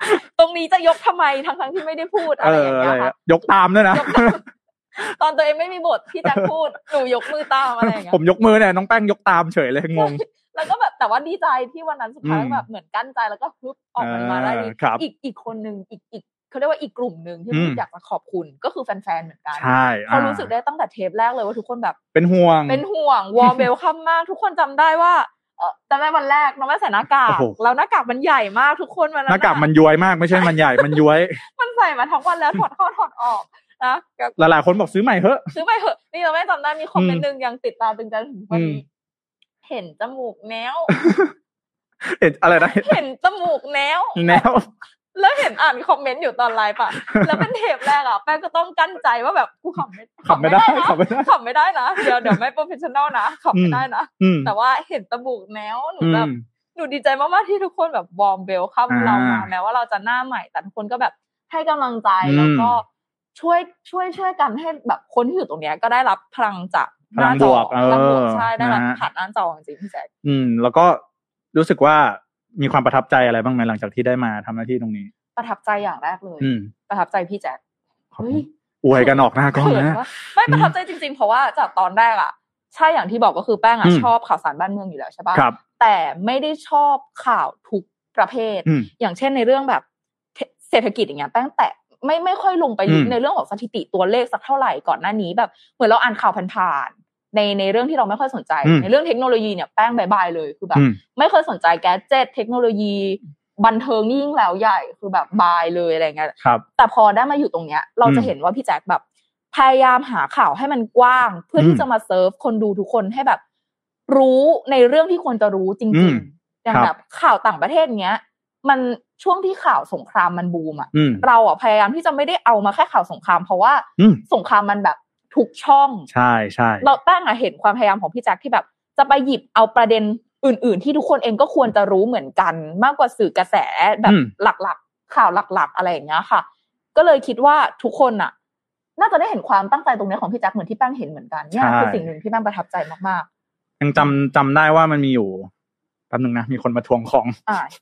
รงนี้จะยกทำไมทั้งที่ไม่ได้พูดอะไรอย่างเงี้ยค่ะยกตามด้วยนะตอนตัวเองไม่มีบทที่จะพูดหนูยกมือตามอะไรอย่างเงี้ยผมยกมือเนี่ยน้องแป้งยกตามเฉยเลยงงแล้วก็แบบแต่ว่าดีใจที่วันนั้นสุดท้ายแบบเหมือนกั้นใจแล้วก็ฮึบออกมาได้ดีอีกคนนึงอีกเขาเรียกว่าอีกกลุ่มนึงที่อยากจะขอบคุณก็คือแฟนๆเหมือนกันเขารู้สึกได้ตั้งแต่เทปแรกเลยว่าทุกคนแบบเป็นห่วงวอร์มเวลคัมมากทุกคนจำได้ว่าจำได้วันแรกน้องแม่ใส่หน้ากากแล้วหน้ากากมันใหญ่มากทุกคนมันหน้ากากมันย้วยมากไม่ใช่มันใหญ่มันย้วยมันใส่มาทั้งวันแล้วถอดออกนะหลายๆคนบอกซื้อใหม่เถอะนี่เราไม่จำได้มีคอมเมนต์นึงยังติดตาตึงใจถึงวันนี้เห็นจมูกแนวเห็นอะไรนะเห็นจมูกแนวแล้วเห็นอ่านคอมเมนต์อยู่ตอนไลฟ์ป่ะแล้วเป็นเทปแรกอ่ะแป้งก็ต้องกั้นใจว่าแบบกูขำไม่ได้นะเดี๋ยวไม่โปรเฟสชั่นอลนะขำไม่ได้นะแต่ว่าเห็นจมูกแนวหนูแบบหนูดีใจมากๆที่ทุกคนแบบวอร์มเวลคัมเรามาแม้ว่าเราจะหน้าใหม่แต่ทุกคนก็แบบให้กำลังใจแล้วก็ช่วยกันให้แบบคนที่อยู่ตรงเนี้ยก็ได้รับพลังจากหน้าจอใช่ได้รับผ่านหน้าจอจริงๆพี่แจ๊คแล้วก็รู้สึกว่ามีความประทับใจอะไรบ้างไหมหลังจากที่ได้มาทำหน้าที่ตรงนี้ประทับใจอย่างแรกเลยประทับใจพี่แจ๊คอวยกันออกหน้ากล้องนะไม่ประทับใจจริงๆเพราะว่าจากตอนแรกอ่ะใช่อย่างที่บอกก็คือแป้งอ่ะชอบข่าวสารบ้านเมืองอยู่แล้วใช่ป่ะแต่ไม่ได้ชอบข่าวทุกประเภทอย่างเช่นในเรื่องแบบเศรษฐกิจอย่างเงี้ยแป้งแตะไม่ค่อยลงไปลึกในเรื่องของสถิติตัวเลขสักเท่าไหร่ก่อนหน้านี้แบบเหมือนเราอ่านข่าวผ่านๆในเรื่องที่เราไม่ค่อยสนใจในเรื่องเทคโนโลยีเนี่ยแป้งบายเลยคือแบบไม่เคยสนใจแกดเจ็ตเทคโนโลยีบันเทิงนี่ยิ่งแล้วใหญ่คือแบบบายเลยอะไรเงี้ยแต่พอได้มาอยู่ตรงเนี้ยเราจะเห็นว่าพี่แจ็คแบบพยายามหาข่าวให้มันกว้างเพื่อที่จะมาเซิร์ฟคนดูทุกคนให้แบบรู้ในเรื่องที่ควรจะรู้จริงๆอย่างแบบข่าวต่างประเทศเนี้ยมันช่วงที่ข่าวสงครามมันบูมอ่ะเราอ่ะพยายามที่จะไม่ได้เอามาแค่ข่าวสงครามเพราะว่าสงครามมันแบบทุกช่องใช่เราตั้งเห็นความพยายามของพี่แจ็คที่แบบจะไปหยิบเอาประเด็นอื่นๆที่ทุกคนเองก็ควรจะรู้เหมือนกันมากกว่าสื่อกระแสแบบหลักๆข่าวหลักๆอะไรอย่างเงี้ยค่ะก็เลยคิดว่าทุกคนอ่ะน่าจะได้เห็นความตั้งใจตรงนี้ของพี่แจ็คเหมือนที่แป้งเห็นเหมือนกันเนี่ยคือสิ่งหนึ่งที่แป้งประทับใจมากๆยังจำได้ว่ามันมีอยู่แป๊บนึงนะมีคนมาทวงของ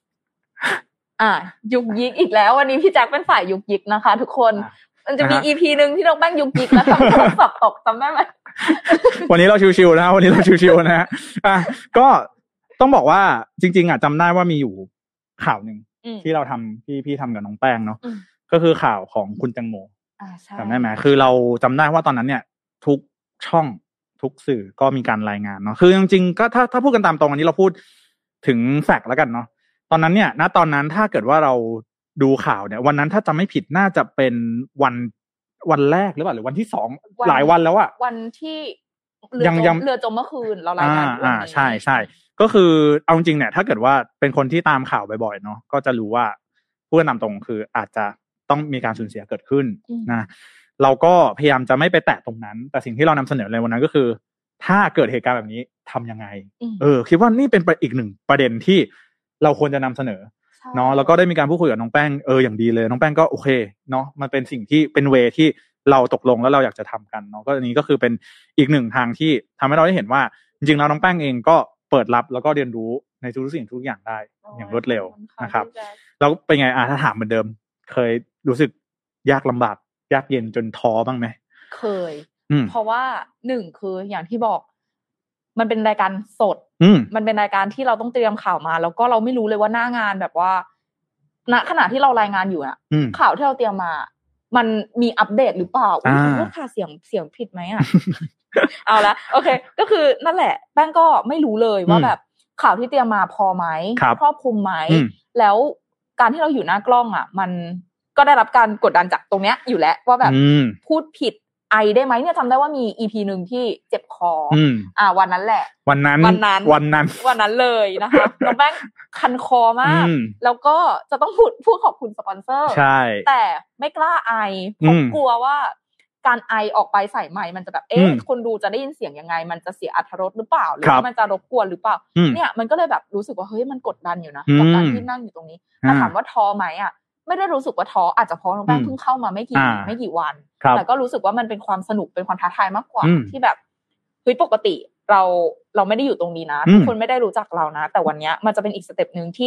ยุกยิกอีกแล้ววันนี้พี่แจ็คเป็นฝ่ายยุกยิกนะคะทุกคนมันจะมี EP นึงที่น้องแป้งยุกยิกแล้วทำโทรศัพท์ตกจำได้ไหมวันนี้เราชิวๆนะวันนี้เราชิวๆนะก็ต้องบอกว่าจริงๆจำได้ว่ามีอยู่ข่าวนึงที่เราทำพี่ทำกับน้องแป้งเนาะก็คือข่าวของคุณแตงโมจำได้ไหมคือเราจำได้ว่าตอนนั้นเนี่ยทุกช่องทุกสื่อก็มีการรายงานเนาะคือจริงๆก็ถ้าพูดกันตามตรงอันนี้เราพูดถึงแฟกต์แล้วกันเนาะตอนนั้นเนี่ยณตอนนั้นถ้าเกิดว่าเราดูข่าวเนี่ยวันนั้นถ้าจำไม่ผิดน่าจะเป็นวันแรกหรือเปล่าหรือวันที่2หลายวันแล้วอะวันที่เรือจมเมื่อคืนเรารายงานใช่ก็คือเอาจริงเนี่ยถ้าเกิดว่าเป็นคนที่ตามข่าวบ่อยๆเนาะก็จะรู้ว่าพูดตามตรงคืออาจจะต้องมีการสูญเสียเกิดขึ้นนะเราก็พยายามจะไม่ไปแตะตรงนั้นแต่สิ่งที่เรานำเสนอในวันนั้นก็คือถ้าเกิดเหตุการณ์แบบนี้ทำยังไงคิดว่านี่เป็นอีกหนึ่งประเด็นที่เราควรจะนำเสนอเนาะแล้วก็ได้มีการพูดคุยกับน้องแป้งอย่างดีเลยน้องแป้งก็โอเคเนาะมันเป็นสิ่งที่เป็นเวที่เราตกลงแล้วเราอยากจะทำกันเนาะก็อันนี้ก็คือเป็นอีกหนึ่งทางที่ทำให้เราได้เห็นว่าจริงๆแล้วน้องแป้งเองก็เปิดรับแล้วก็เรียนรู้ในทุกสิ่งทุกอย่างได้อย่างรวดเร็วนะครับแล้วเป็นไงถ้าถามเหมือนเดิมเคยรู้สึกยากลำบากยากเย็นจนท้อบ้างไหมเคยเพราะว่า1คืออย่างที่บอกมันเป็นรายการสดมันเป็นรายการที่เราต้องเตรียมข่าวมาแล้วก็เราไม่รู้เลยว่าหน้างานแบบว่าณขณะที่เรารายงานอยู่ข่าวที่เราเตรียมมามันมีอัปเดตหรือเปล่าขอโทษค่ะเสียงผิดไหมเอาละโอเคก็คือนั่นแหละแป้งก็ไม่รู้เลยว่าแบบข่าวที่เตรียมมาพอไหมครอบคลุมไหมแล้วการที่เราอยู่หน้ากล้องมันก็ได้รับการกดดันจากตรงเนี้ยอยู่แล้วว่าแบบพูดผิดไอได้ไหมเนี่ยจำได้ว่ามี EP นึงที่เจ็บคอวันนั้นแหละวันนั้นเลยนะคะน้องแป้งคันคอมากแล้วก็จะต้องพูดขอบคุณสปอนเซอร์ใช่แต่ไม่กล้าไอเพราะกลัวว่าการไอออกไปใส่ไมค์มันจะแบบคนดูจะได้ยินเสียงยังไงมันจะเสียอรรถรสหรือเปล่าหรือว่ามันจะรบกวนหรือเปล่าเนี่ยมันก็เลยแบบรู้สึกว่าเฮ้ยมันกดดันอยู่นะกับการที่นั่งอยู่ตรงนี้ถ้าถามว่าท้อไหมไม่ได้รู้สึกว่าท้ออาจจะเพราะน้องแป้งเพิ่งเข้ามาไม่กี่วันแต่ก็รู้สึกว่ามันเป็นความสนุกเป็นความท้าทายมากกว่าที่แบบเฮ้ยปกติเราไม่ได้อยู่ตรงนี้นะทุกคนไม่ได้รู้จักเรานะแต่วันนี้มันจะเป็นอีกสเต็ปนึงที่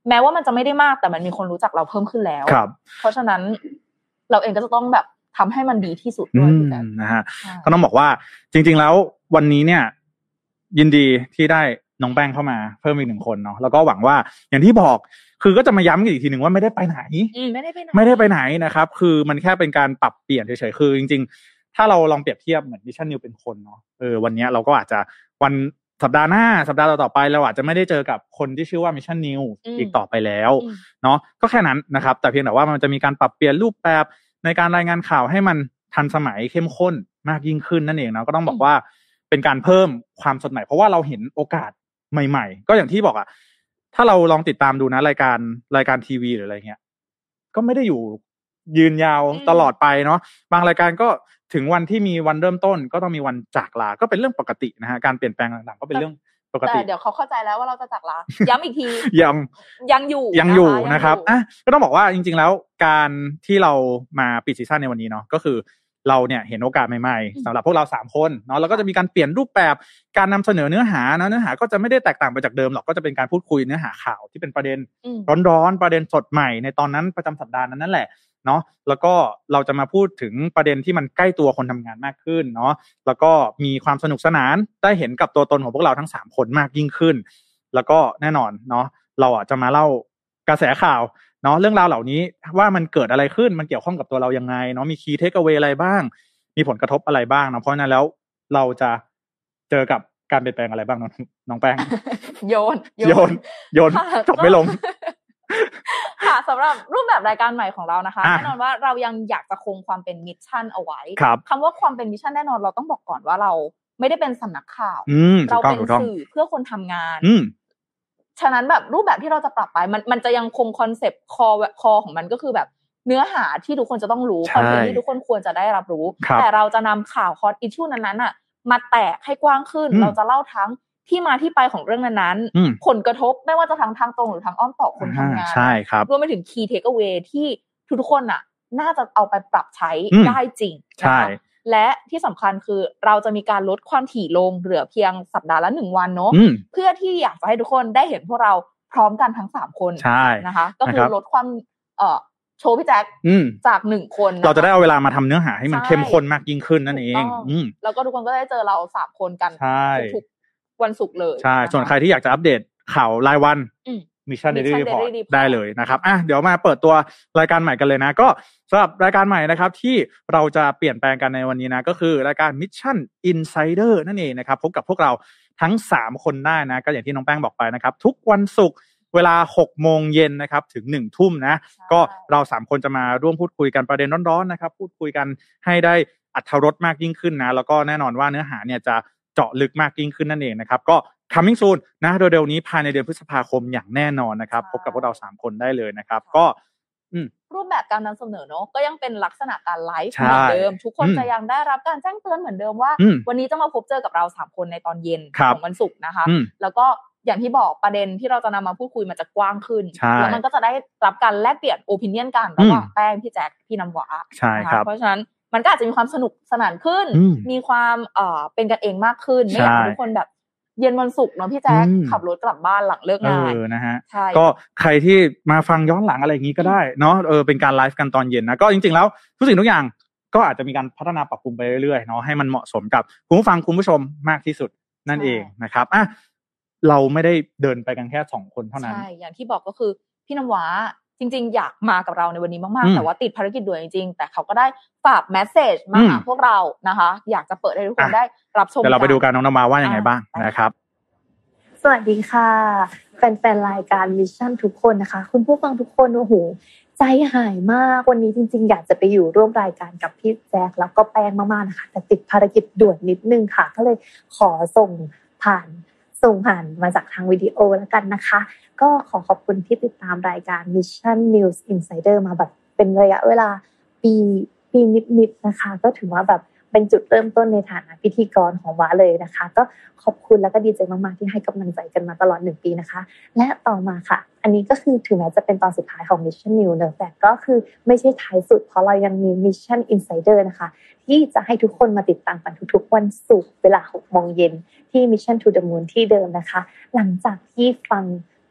แม้ว่ามันจะไม่ได้มากแต่มันมีคนรู้จักเราเพิ่มขึ้นแล้วเพราะฉะนั้นเราเองก็จะต้องแบบทำให้มันดีที่สุดด้วยนะฮะก็ต้องบอกว่าจริงๆแล้ววันนี้เนี่ยยินดีที่ได้น้องแป้งเข้ามาเพิ่มอีก1คนเนาะแล้วก็หวังว่าอย่างที่บอกคือก็จะมาย้ำกันอีกทีนึงว่าไม่ได้ไปไหนไม่ได้ไปไหนนะครับคือมันแค่เป็นการปรับเปลี่ยนเฉยๆคือจริงๆถ้าเราลองเปรียบเทียบเหมือน Mission New เป็นคนเนาะวันนี้เราก็อาจจะวันสัปดาห์หน้าสัปดาห์ต่อไปเราอาจจะไม่ได้เจอกับคนที่ชื่อว่า Mission New อีกต่อไปแล้วเนาะก็แค่นั้นนะครับแต่เพียงแต่ว่ามันจะมีการปรับเปลี่ยนรูปแบบในการรายงานข่าวให้มันทันสมัยเข้มข้นมากยิ่งขึ้นนั่นเองนะก็ต้องบอกว่าเป็นการเพิ่มความสดใหม่เพราะว่าเราเห็นโอกาสใหม่ๆก็อย่างที่บอกอ่ะถ้าเราลองติดตามดูนะรายการทีวีหรืออะไรเงี้ยก็ไม่ได้อยู่ยืนยาวตลอดไปเนาะบางรายการก็ถึงวันที่มีวันเริ่มต้นก็ต้องมีวันจากลาก็เป็นเรื่องปกตินะฮะการเปลี่ยนแปลงต่างๆก็เป็นเรื่องปกติแต่เดี๋ยวเขาเข้าใจแล้วว่าเราจะจากลาย้ำอีกทียังอยู่นะครับก็ต้องบอกว่าจริงๆแล้วการที่เรามาปิดซีซั่นในวันนี้เนาะก็คือเราเนี่ยเห็นโอกาสใหม่ๆสำหรับพวกเรา3คนเนาะแล้วก็จะมีการเปลี่ยนรูปแบบการนำเสนอเนื้อหานะเนื้อหาก็จะไม่ได้แตกต่างไปจากเดิมหรอกก็จะเป็นการพูดคุยเนื้อหาข่าวที่เป็นประเด็นร้อนๆประเด็นสดใหม่ในตอนนั้นประจำสัปดาห์นั้นนั่นแหละเนาะแล้วก็เราจะมาพูดถึงประเด็นที่มันใกล้ตัวคนทำงานมากขึ้นเนาะแล้วก็มีความสนุกสนานได้เห็นกับตัวตนของพวกเราทั้ง3คนมากยิ่งขึ้นแล้วก็แน่นอนเนาะเราจะมาเล่ากระแสข่าวเนาะเรื่องราวเหล่านี้ว่ามันเกิดอะไรขึ้นมันเกี่ยวข้องกับตัวเรายังไงเนาะมีคีย์เทคเอาไว้อะไรบ้างมีผลกระทบอะไรบ้างเนาะเพราะฉะนั้นแล้วเราจะเจอกับการเปลี่ยนแปลงอะไรบ้างน้องแป้งโยนจบไม่ลงค่ะสำหรับรูปแบบรายการใหม่ของเรานะคะแน่นอนว่าเรายังอยากจะคงความเป็นมิชชั่นเอาไว้คำว่าความเป็นมิชชั่นแน่นอนเราต้องบอกก่อนว่าเราไม่ได้เป็นสำนักข่าวเราเป็นสื่อเพื่อคนทำงานฉะนั้นแบบรูปแบบที่เราจะปรับไปมันจะยังคงคอนเซปต์คอของมันก็คือแบบเนื้อหาที่ทุกคนจะต้องรู้คอนเทนต์ที่ทุกคนควรจะได้รับรู้แต่เราจะนำข่าวฮอตอิชชูนั้นๆน่ะมาแตกให้กว้างขึ้นเราจะเล่าทั้งที่มาที่ไปของเรื่องนั้นๆผลกระทบไม่ว่าจะทางตรงหรือทางอ้อมต่อคนทำงานใช่ครับรวมไปถึง key takeaway ที่ทุกคนน่ะน่าจะเอาไปปรับใช้ได้จริงนะคะและที่สำคัญคือเราจะมีการลดความถี่ลงเหลือเพียงสัปดาห์ละ1วันเนาะเพื่อที่อยากจะให้ทุกคนได้เห็นพวกเราพร้อมกันทั้ง3คนนะคะก็คือลดความโชว์พี่แจ็คจาก1คนเราจะได้เอาเวลามาทำเนื้อหาให้มันเข้มข้นมากยิ่งขึ้นนั่นเองแล้วก็ทุกคนก็ได้เจอเรา3คนกันทุกวันศุกร์เลยใช่ส่วนใครที่อยากจะอัปเดตข่าวรายวันMission Daily Report ได้เลยนะครับเดี๋ยวมาเปิดตัวรายการใหม่กันเลยนะก็สำหรับรายการใหม่นะครับที่เราจะเปลี่ยนแปลงกันในวันนี้นะก็คือรายการ Mission Insider นั่นเองนะครับพบกับพวกเราทั้ง3คนได้นะก็อย่างที่น้องแป้งบอกไปนะครับทุกวันศุกร์เวลา 6:00 นนะครับถึง 1:00 นนะก็เรา3คนจะมาร่วมพูดคุยกันประเด็นร้อนๆนะครับพูดคุยกันให้ได้อรรถรสมากยิ่งขึ้นนะแล้วก็แน่นอนว่าเนื้อหาเนี่ยจะเจาะลึกมากยิ่งขึ้นนั่นเองนะครับก็ coming soon นะเร็วๆนี้ภายในเดือนพฤษภาคมอย่างแน่นอนนะครับพบกับพวกเรา3คนได้เลยนะครับก็รูปแบบการนำเสนอเนาะก็ยังเป็นลักษณะการไลฟ์เหมือนเดิมทุกคนจะยังได้รับการแจ้งเตือนเหมือนเดิมว่าวันนี้จะมาพบเจอกับเรา3คนในตอนเย็นของวันศุกร์นะคะแล้วก็อย่างที่บอกประเด็นที่เราจะนำมาพูดคุยมันจะกว้างขึ้นแล้วมันก็จะได้รับการแลกเปลี่ยนโอปิเนียนกันระหว่างแป้งพี่แจ็คพี่น้ำหวาเพราะฉะนั้นมันก็อาจจะมีความสนุกสนานขึ้นมีความเป็นกันเองมากขึ้นไม่อยากให้ทุกคนแบบเย็นวันศุกร์เนาะพี่แจ๊คขับรถกลับบ้านหลังเลิกงานนะฮะก็ใครที่มาฟังย้อนหลังอะไรอย่างนี้ก็ได้เนาะเป็นการไลฟ์กันตอนเย็นนะก็จริงๆแล้วทุกสิ่งทุกอย่างก็อาจจะมีการพัฒนาปรับปรุงไปเรื่อยๆเนาะให้มันเหมาะสมกับคุณผู้ฟังคุณผู้ชมมากที่สุดนั่นเองนะครับเราไม่ได้เดินไปกันแค่2คนเท่านั้นใช่อย่างที่บอกก็คือพี่น้ำหวาจริงๆอยากมากับเราในวันนี้มากๆแต่ว่าติดภารกิจด่วนจริงๆแต่เขาก็ได้ฝากเมสเสจมาหาพวกเรานะคะอยากจะเปิดให้ทุกคนได้รับชมเดี๋ยวเราไปดูกันน้องน้ำมาว่ายังไงบ้างนะครับสวัสดีค่ะแฟนๆรายการ Mission ทุกคนนะคะคุณผู้ฟังทุกคนโอ้โหใจหายมากวันนี้จริงๆอยากจะไปอยู่ร่วมรายการกับพี่แจ๊คแล้วก็แป้งมากๆนะคะแต่ติดภารกิจด่วนนิดนึงค่ะก็เลยขอส่งผ่านมาจากทางวิดีโอแล้วกันนะคะก็ขอขอบคุณที่ติดตามรายการ Mission News Insider มาแบบเป็นระยะเวลาปีนิดๆนะคะก็ถือว่าแบบเป็นจุดเริ่มต้นในฐานะพิธีกรของว้าเลยนะคะก็ขอบคุณแล้วก็ดีใจมากๆที่ให้กำลังใจกันมาตลอด1ปีนะคะและต่อมาค่ะอันนี้ก็คือถึงแม้จะเป็นตอนสุดท้ายของ Mission News เนอะแต่ก็คือไม่ใช่ท้ายสุดเพราะเรายังมี Mission Insider นะคะที่จะให้ทุกคนมาติดตามกันทุกๆวันศุกร์เวลา 6:00 นที่ Mission to the Moon ที่เดิมนะคะหลังจากที่ฟัง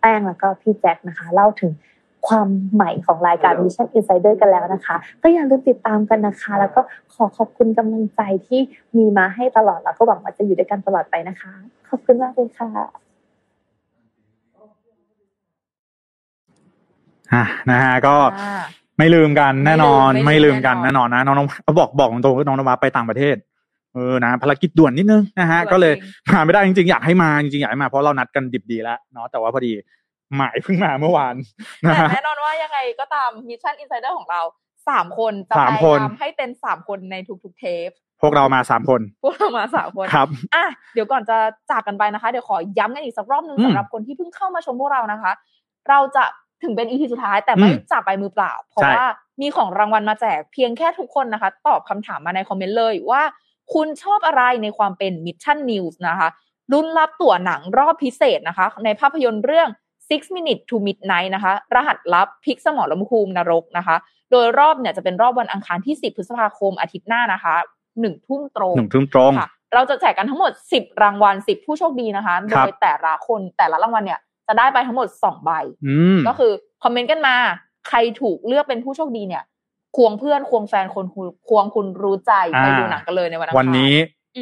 แป้งแล้วก็พี่แจ็คนะคะเล่าถึงความใหม่ของรายการ Mission Insider กันแล้วนะคะก็อย่าลืมติดตามกันนะคะแล้วก็ขอบคุณกำลังใจที่มีมาให้ตลอดแล้วก็หวังว่าจะอยู่ด้วยกันตลอดไปนะคะขอบคุณมากเลยค่ะนะฮะก็ไม่ลืมกันแน่นอนไม่ลืมกันแน่นอนนะน้องบอกตรงๆน้องนวาไปต่างประเทศนะภารกิจด่วนนิดนึงนะฮะก็เลยมาไม่ได้จริงๆอยากให้มาจริงๆอยากให้มาเพราะเรานัดกันดิบดีแล้วเนาะแต่ว่าพอดีหมายเพิ่งมาเมื่อวานนะฮะแน่นอนว่ายังไงก็ตาม Mission Insider ของเรา3คนจะพยายามให้เป็น3คนในทุกๆเทปพวกเรามา3คนครับเดี๋ยวก่อนจะจากกันไปนะคะเดี๋ยวขอย้ำกันอีกสักรอบนึงสำหรับคนที่เพิ่งเข้ามาชมพวกเรานะคะเราจะถึงเป็น EP สุดท้ายแต่ไม่จากไปมือเปล่าเพราะว่ามีของรางวัลมาแจกเพียงแค่ทุกคนนะคะตอบคำถามมาในคอมเมนต์เลยว่าคุณชอบอะไรในความเป็น Mission News นะคะรุ่นรับตั๋วหนังรอบพิเศษนะคะในภาพยนตร์เรื่อง 6 Minutes to Midnight นะคะรหัสลับพลิกสมรภูมินรกนะคะโดยรอบเนี่ยจะเป็นรอบวันอังคารที่10พฤษภาคมอาทิตย์หน้านะคะ1 ทุ่มตรงค่ะเราจะแจกกันทั้งหมด10รางวัล10ผู้โชคดีนะคะโดยแต่ละรางวัลเนี่ยจะได้ไปทั้งหมด2ใบก็คือคอมเมนต์กันมาใครถูกเลือกเป็นผู้โชคดีเนี่ยควงเพื่อนควงแฟนควงคุณรู้ใจไปดูหนังกันเลยในวันอังคารวันนี้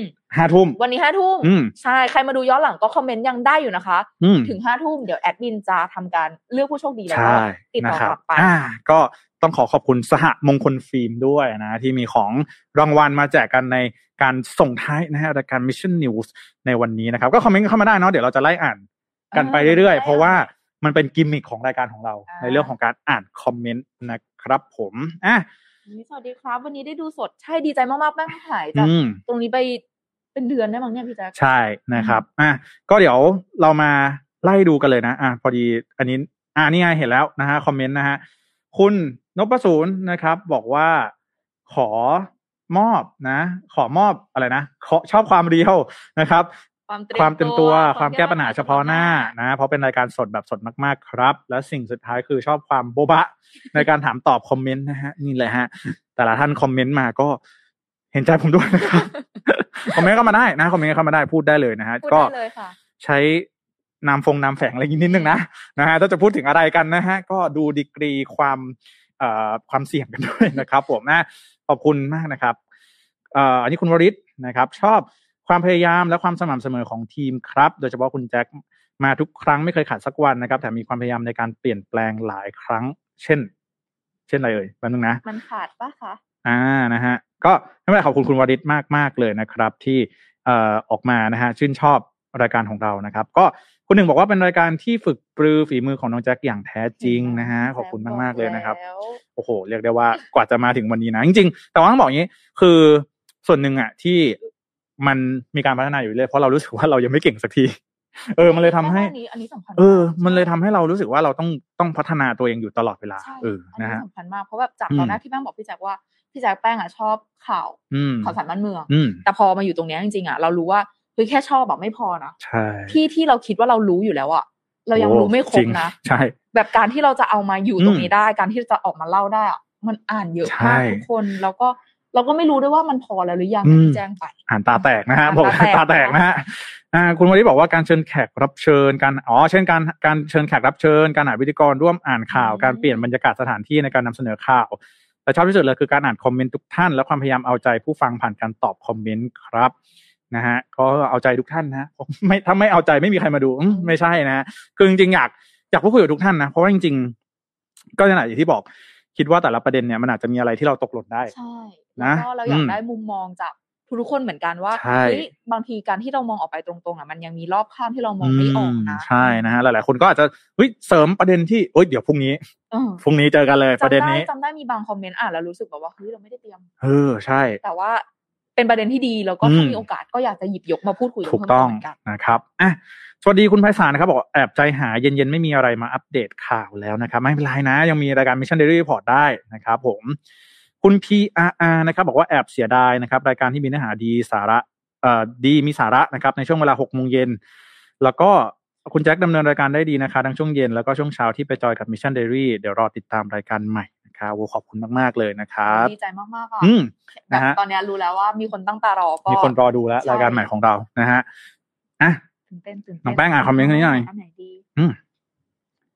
5 ทุ่มวันนี้5 ทุ่มใช่ใครมาดูย้อนหลังก็คอมเมนต์ยังได้อยู่นะคะถึง5 ทุ่มเดี๋ยวแอดมินจะทำการเลือกผู้โชคดีแล้วก็ติดต่อกลับไปก็ต้องขอบคุณสหมงคลฟิล์มด้วยนะที่มีของรางวัลมาแจกกันในการส่งท้ายนะฮะรายการ Mission News ในวันนี้นะครับก็คอมเมนต์เข้ามาได้เนาะเดี๋ยวเราจะไล่อ่านกันไปเรื่อยๆเพราะว่ามันเป็นกิมมิคของรายการของเราในเรื่องของการอ่านคอมเมนต์นะครับผมสวัสดีครับวันนี้ได้ดูสดใช่ดีใจมากๆแม่หายจากตรงนี้ไปเป็นเดือนได้มั้งเนี่ยพี่แจ๊คใช่นะครับก็เดี๋ยวเรามาไล่ดูกันเลยนะพอดีอันนี้นี่ไงเห็นแล้วนะฮะคอมเมนต์นะฮะคุณนพศูนย์นะครับบอกว่าขอมอบอะไรนะชอบความเรียวนะครับความเต็มตัวความแก้ปัญหาเฉพาะหน้านะเพราะเป็นรายการสดแบบสดมากๆครับและสิ่งสุดท้ายคือชอบความโบ๊ะบะในการถามตอบคอมเมนต์นะฮะนี่แหละฮะแต่ละท่านคอมเมนต์มาก็เห็นใจผมด้วยนะครับคอมเมนต์เข้ามาได้นะคอมเมนต์เข้ามาได้พูดได้เลยนะฮะก็ใช้นามแฝงอะไรนิดนึงนะฮะถ้าจะพูดถึงอะไรกันนะฮะก็ดูดีกรีความเสี่ยงกันด้วยนะครับผมนะขอบคุณมากนะครับอันนี้คุณวริศนะครับชอบความพยายามและความสม่ำเสมอของทีมครับโดยเฉพาะคุณแจ็คมาทุกครั้งไม่เคยขาดสักวันนะครับแต่มีความพยายามในการเปลี่ยนแปลงหลายครั้งเช่นอะไรเอ่ยแป๊บนึงนะมันขาดป่ะคะนะฮะก็ไม่เป็นไรขอบคุณคุณวริศมากเลยนะครับที่ออกมานะฮะชื่นชอบรายการของเรานะครับก็คุณหนึ่งบอกว่าเป็นรายการที่ฝึกปรือฝีมือของน้องแจ็คอย่างแท้จริงนะฮะขอบคุณมากๆเลยนะครับโอ้โหเรียกได้ว่ากว่าจะมาถึงวันนี้นะจริงๆแต่ว่าต้องบอกอย่างนี้คือส่วนหนึ่งอ่ะที่มันมีการพัฒนาอยู่เรื่อยเพราะเรารู้สึกว่าเรายังไม่เก่งสักทีมันเลยทำให้อันนี้สำคัญมันเลยทำให้เรารู้สึกว่าเราต้องพัฒนาตัวเองอยู่ตลอดเวลานะฮะสำคัญมากเพราะแบบจากตอนแรกที่แป้งบอกพี่แจ็คว่าพี่แจ็คแป้งอ่ะชอบข่าวสารบ้านเมืองแต่พอมาอยู่ตรงนี้จริงๆอ่ะเรารู้ว่าคือแค่ชอบแบบไม่พอนะใช่ที่เราคิดว่าเรารู้อยู่แล้วอ่ะเรายังรู้ไม่ครบนะใช่แบบการที่เราจะเอามาอยู่ตรงนี้ได้การที่จะออกมาเล่าได้อ่ะมันอ่านเยอะมากทุกคนแล้วก็เราก็ไม่รู้ด้วยว่ามันพอแล้วหรือยังที่แจ้งไปอ่านตาแตกนะฮะบอกตาแตกนะฮะคุณวริศบอกว่าการเชิญแขกรับเชิญเช่นการเชิญแขกรับเชิญการหาพิธีกรร่วมอ่านข่าวการเปลี่ยนบรรยากาศสถานที่ในการนำเสนอข่าวแต่ชอบที่สุดเลยคือการอ่านคอมเมนต์ทุกท่านและความพยายามเอาใจผู้ฟังผ่านการตอบคอมเมนต์ครับนะฮะก็เอาใจทุกท่านนะไม่ถ้าไม่เอาใจไม่มีใครมาดูไม่ใช่นะคือจริงๆอยากพูดคุยกับทุกท่านนะเพราะว่าจริงๆก็อย่างที่บอกคิดว่าแต่ละประเด็นเนี่ยมันอาจจะมีอะไรที่เราตกหล่นได้ใช่นะก็เราอยากได้มุมมองจากทุกคนเหมือนกันว่าบางทีการที่เรามองออกไปตรงๆอ่ะมันยังมีรอบข้างที่เรามองไม่ออกนะใช่นะฮะหลายๆคนก็อาจจะเสริมประเด็นที่เดี๋ยวพรุ่งนี้เจอกันเลยประเด็นนี้จำได้มีบางคอมเมนต์อ่านแล้วรู้สึกแบบว่าเราไม่ได้เตรียมใช่แต่ว่าเป็นประเด็นที่ดีแล้วก็ถ้ามีโอกาสก็อยากจะหยิบยกมาพูดคุยถูกต้องนะครับสวัสดีคุณไพศาลนะครับบอกแอบใจหายเย็นๆไม่มีอะไรมาอัปเดตข่าวแล้วนะครับไม่เป็นไรนะยังมีรายการ Mission Daily Report ได้นะครับผมคุณ PRR นะครับบอกว่าแอบเสียดายนะครับรายการที่มีเนื้อหาดีสาระดีมีสาระนะครับในช่วงเวลา 6:00 นแล้วก็คุณแจ็คดำเนินรายการได้ดีนะคะทั้งช่วงเย็นแล้วก็ช่วงเช้าที่ไปจอยกับ Mission Daily เดี๋ยวรอติดตามรายการใหม่นะครับขอบคุณมากๆเลยนะครับดีใจมากๆนะฮะตอนนี้รู้แล้วว่ามีคนตั้งตารอก็มีคนรอดูแล้วรายการใหม่ของเรานะฮะตื่นเต้นน้องแป้งอ่านคอมเมนต์นี้หน่อย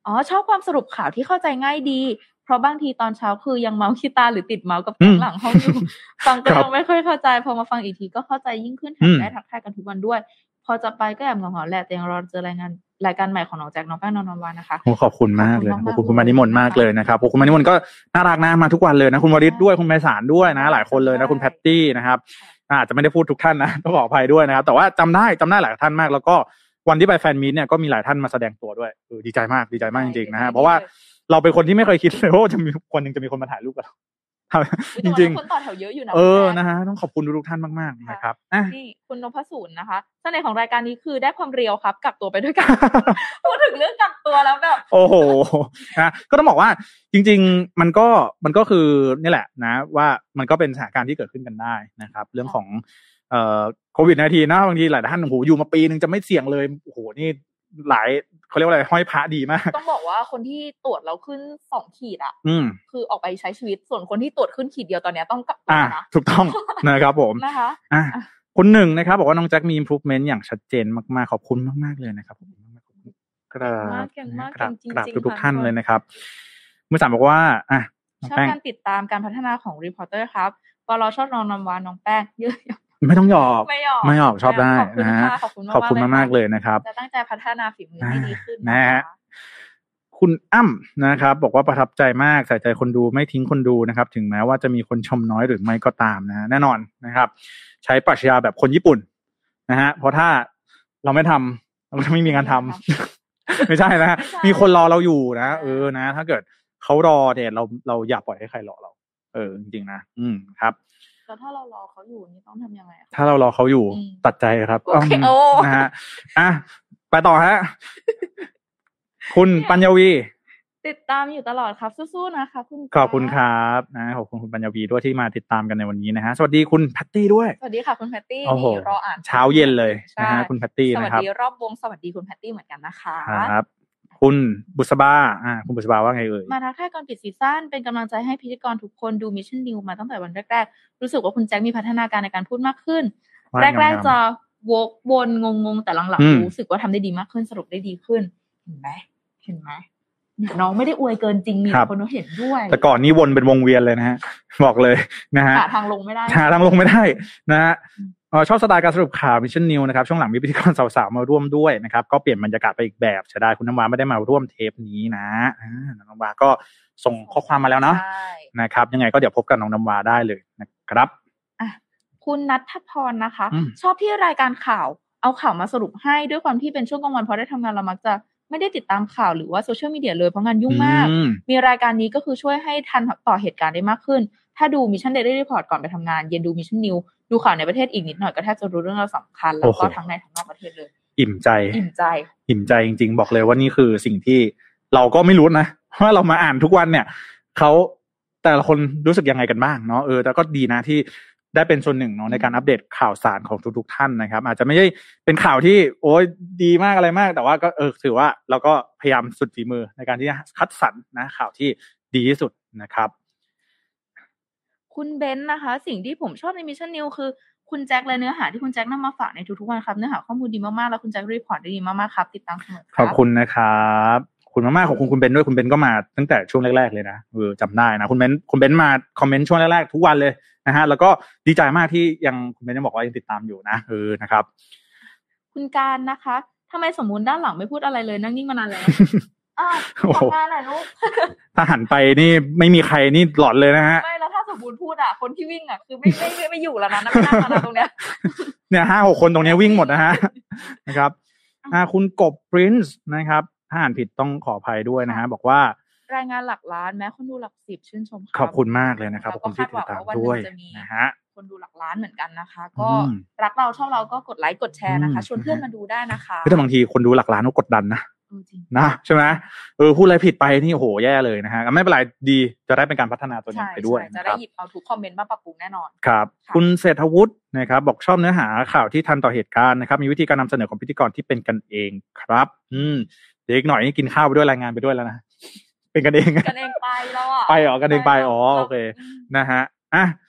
ชอบความสรุปข่าวที่เข้าใจง่ายดีเพราะบางทีตอนเช้าคือยังเมาขี้ตาหรือติดเมากับหลังห้องอยู่ฟังก็ยังไม่ค่อยเข้าใจพอมาฟังอีกทีก็เข้าใจยิ่งขึ้นแถมได้ทักทายกันทุกวันด้วยพอจะไปก็แอบเหงาๆแหละแต่ยังรอเจอรายการใหม่ของน้องแจ็คน้องแป้งน้องนนท์วานะคะขอบคุณมากเลยขอบคุณมานิมนต์มากเลยนะครับคุณมานิมนต์ก็น่ารักนะมาทุกวันเลยนะคุณวริศด้วยคุณไพศาลด้วยนะหลายคนเลยนะคุณแพตตี้นะครับอาจจะไม่ได้พูดทุกท่านนะต้องขออภัยด้วยนะครับแต่ว่าจำได้หลายท่านมากแล้วก็วันที่ไปแฟนมีตเนี่ยก็มีหลายท่านมาแสดงตัวด้วยดีใจมากจริงๆนะฮะเพราะว่าเราเป็นคนที่ไม่เคยคิดเลยว่าจะมีคนนึงจะมีคนมาถ่ายรูปกับเราจริงๆคนต่อแถวเยอะอยู่นะนะฮะต้องขอบคุณทุกท่านมากๆนะครับนี่คุณนพสูรนะคะเสน่ห์ของรายการนี้คือได้ความเรียวครับกักตัวไปด้วยกันพูดถึงเรื่องกักตัวแล้วแบบโอ้โหนะก็ต้องบอกว่าจริงๆมันก็คือนี่แหละนะว่ามันก็เป็นสถานการณ์ที่เกิดขึ้นกันได้นะครับเรื่องของโควิด-19 นะบางทีหลายท่านโอ้โหอยู่มาปีนึงจะไม่เสี่ยงเลยโอ้โหนี่หลายเขาเรียกว่าอะไรห้อยพระดีมากต้องบอกว่าคนที่ตรวจแล้วขึ้น2ขีดอ่ะคือออกไปใช้ชีวิตส่วนคนที่ตรวจขึ้นขีดเดียวตอนนี้ต้องกักตัวนะถูกต้องนะครับผมนะคะคนหนึ่งนะครับบอกว่าน้องแจ็คมี improvement อย่างชัดเจนมากๆขอบคุณมากๆเลยนะครับผมกราบทุกท่านเลยนะครับมือสามบอกว่าชอบการติดตามการพัฒนาของรีพอร์เตอร์ครับปลชอบน้องนำวานน้องแป้งเยอะไม่ต้องหยอกไม่หยอกชอบได้นะฮะขอบคุณมากๆเลยนะครับจะตั้งใจพัฒนาฝีมือให้ดีขึ้นนะฮะคุณอ้ำนะครับบอกว่าประทับใจมากใส่ใจคนดูไม่ทิ้งคนดูนะครับถึงแม้ว่าจะมีคนชมน้อยหรือไม่ก็ตามนะแน่นอนนะครับใช้ปรัชญาแบบคนญี่ปุ่นนะฮะเพราะถ้าเราไม่ทำเราจะไม่มีงานทำไม่ใช่นะฮะมีคนรอเราอยู่นะนะถ้าเกิดเขารอเนี่ยเราอย่าปล่อยให้ใครรอเราจริงๆนะครับแล้วถ้าเรารอเขาอยู่นี่ต้องทำยังไงถ้าเรารอเขาอยู่ตัดใจครับนะฮะไปต่อฮะคุณปัญญวีติดตามอยู่ตลอดครับสู้ๆนะคะคุณขอบคุณครับขอบคุณปัญญวีด้วยที่มาติดตามกันในวันนี้นะฮะสวัสดีคุณแพตตี้ด้วยสวัสดีค่ะคุณแพตตี้นี่รออ่านเช้าเย็นเลยนะฮะคุณแพตตี้นะครับสวัสดีรอบวงสวัสดีคุณแพตตี้เหมือนกันนะคะครับคุณบุษบาคุณบุษบาว่าไงเอ่ยมาทักทายก่อนปิดซีซั่นเป็นกำลังใจให้พิธีกรทุกคนดู Mission New มาตั้งแต่วันแรกๆรู้สึกว่าคุณแจ็คมีพัฒนาการในการพูดมากขึ้นแรกๆจะวกวนงงๆแต่หลังๆรู้สึกว่าทำได้ดีมากขึ้นสรุปได้ดีขึ้นเห็นไหมน้องไม่ได้อวยเกินจริงมีคนเห็นด้วยแต่ก่อนนี้วนเป็นวงเวียนเลยนะฮะบอกเลยนะฮะหาทางลงไม่ได้นะฮะชอบสไตล์การสรุปข่าว Mission New นะครับช่วงหลังมีพิธีกรสาวๆมาร่วมด้วยนะครับก็เปลี่ยนบรรยากาศไปอีกแบบเสียดายคุณน้ำว้าไม่ได้มาร่วมเทปนี้นะน้องน้ำว้าก็ส่งข้อความมาแล้วเนาะนะครับยังไงก็เดี๋ยวพบกับน้องน้ำว้าได้เลยนะครับคุณณัฐพรนะคะชอบที่รายการข่าวเอาข่าวมาสรุปให้ด้วยความที่เป็นช่วงกลางวันพอได้ทำงานเรามักจะไม่ได้ติดตามข่าวหรือว่าโซเชียลมีเดียเลยเพราะงานยุ่งมากมีรายการนี้ก็คือช่วยให้ทันต่อเหตุการณ์ได้มากขึ้นถ้าดู Mission Daily Report ก่อนไปทำงานเย็นดู Mission New ดูข่าวในประเทศอีกนิดหน่อยก็แทบจะรู้เรื่องราวสำคัญแล้วก็ทั้งในทั้งนอกประเทศเลยอิ่มใจจริงๆบอกเลยว่านี่คือสิ่งที่เราก็ไม่รู้นะว่าเรามาอ่านทุกวันเนี่ยเขาแต่ละคนรู้สึกยังไงกันบ้างเนาะแต่ก็ดีนะที่ได้เป็นส่วนหนึ่งเนาะในการอัปเดตข่าวสารของทุกๆท่านนะครับอาจจะไม่ใช่เป็นข่าวที่โอ้ยดีมากอะไรมากแต่ว่าก็ถือว่าเราก็พยายามสุดฝีมือในการที่จะคัดสรรนะข่าวที่ดีที่สุดนะครับคุณเบนซ์นะคะสิ่งที่ผมชอบใน Mission New คือคุณแจ็คและเนื้อหาที่คุณแจ็คนำมาฝากในทุกๆวันครับเนื้อหาข้อมูลดีมากๆแล้วคุณแจ็ครีพอร์ตได้ดีมากๆครับติดตามเสมอขอบคุณนะครับคุณมากๆขอบคุณเบนด้วยคุณเบนก็มาตั้งแต่ช่วงแรกๆเลยนะจำได้นะคุณเบนมาคอมเมนต์ช่วงแรกๆทุกวันเลยนะฮะแล้วก็ดีใจมากที่ยังคุณเบนยังบอกว่ายังติดตามอยู่นะนะครับคุณการนะคะทำไมสมมุติด้านหลังไม่พูดอะไรเลยนั่งนิ่งมานานแล้วทำงานหน่อยลูกถ้าหันไปนี่ไม่มีใครนี่หลอนเลยนะฮะไม่แล้วถ้าสมมุติพูดคนที่วิ่งคือไม่อยู่แล้วนะไม่นั่งแล้วนะตรงเนี้ยเนี่ย 5-6 คนตรงนี้วิ่งหมดนะฮะนะครับคุณกบ Prince นะครับถ้าอ่านผิดต้องขออภัยด้วยนะฮะบอกว่ารายงานหลักล้านแม้คนดูหลัก10ชื่นชมขอบคุณมากเลยนะครับขอบคุณที่ติดตามด้วยนะฮะคนดูหลักล้านเหมือนกันนะคะก็รักเราชอบเราก็กดไลค์กดแชร์นะคะชวนเพื่อนมาดูได้นะคะแต่บางทีคนดูหลักล้านก็กดดันนะใช่ไหมพูดอะไรผิดไปนี่โอ้โหแย่เลยนะฮะไม่เป็นไรดีจะได้เป็นการพัฒนาตัวเองไปด้วยจะได้หยิบเอาทุกคอมเมนต์มาปรับปรุงแน่นอนครับคุณเศรษฐวุฒินะครับบอกชอบเนื้อหาข่าวที่ทันต่อเหตุการณ์นะครับมีวิธีการนำเสนอของพิธีกรที่เป็นกันเองครับเด็กหน่อยนี่กินข้าวไปด้วยรายงานไปด้วยแล้วนะเป็นกันเองไปแล้วไปกันเองไปโอเคนะฮะ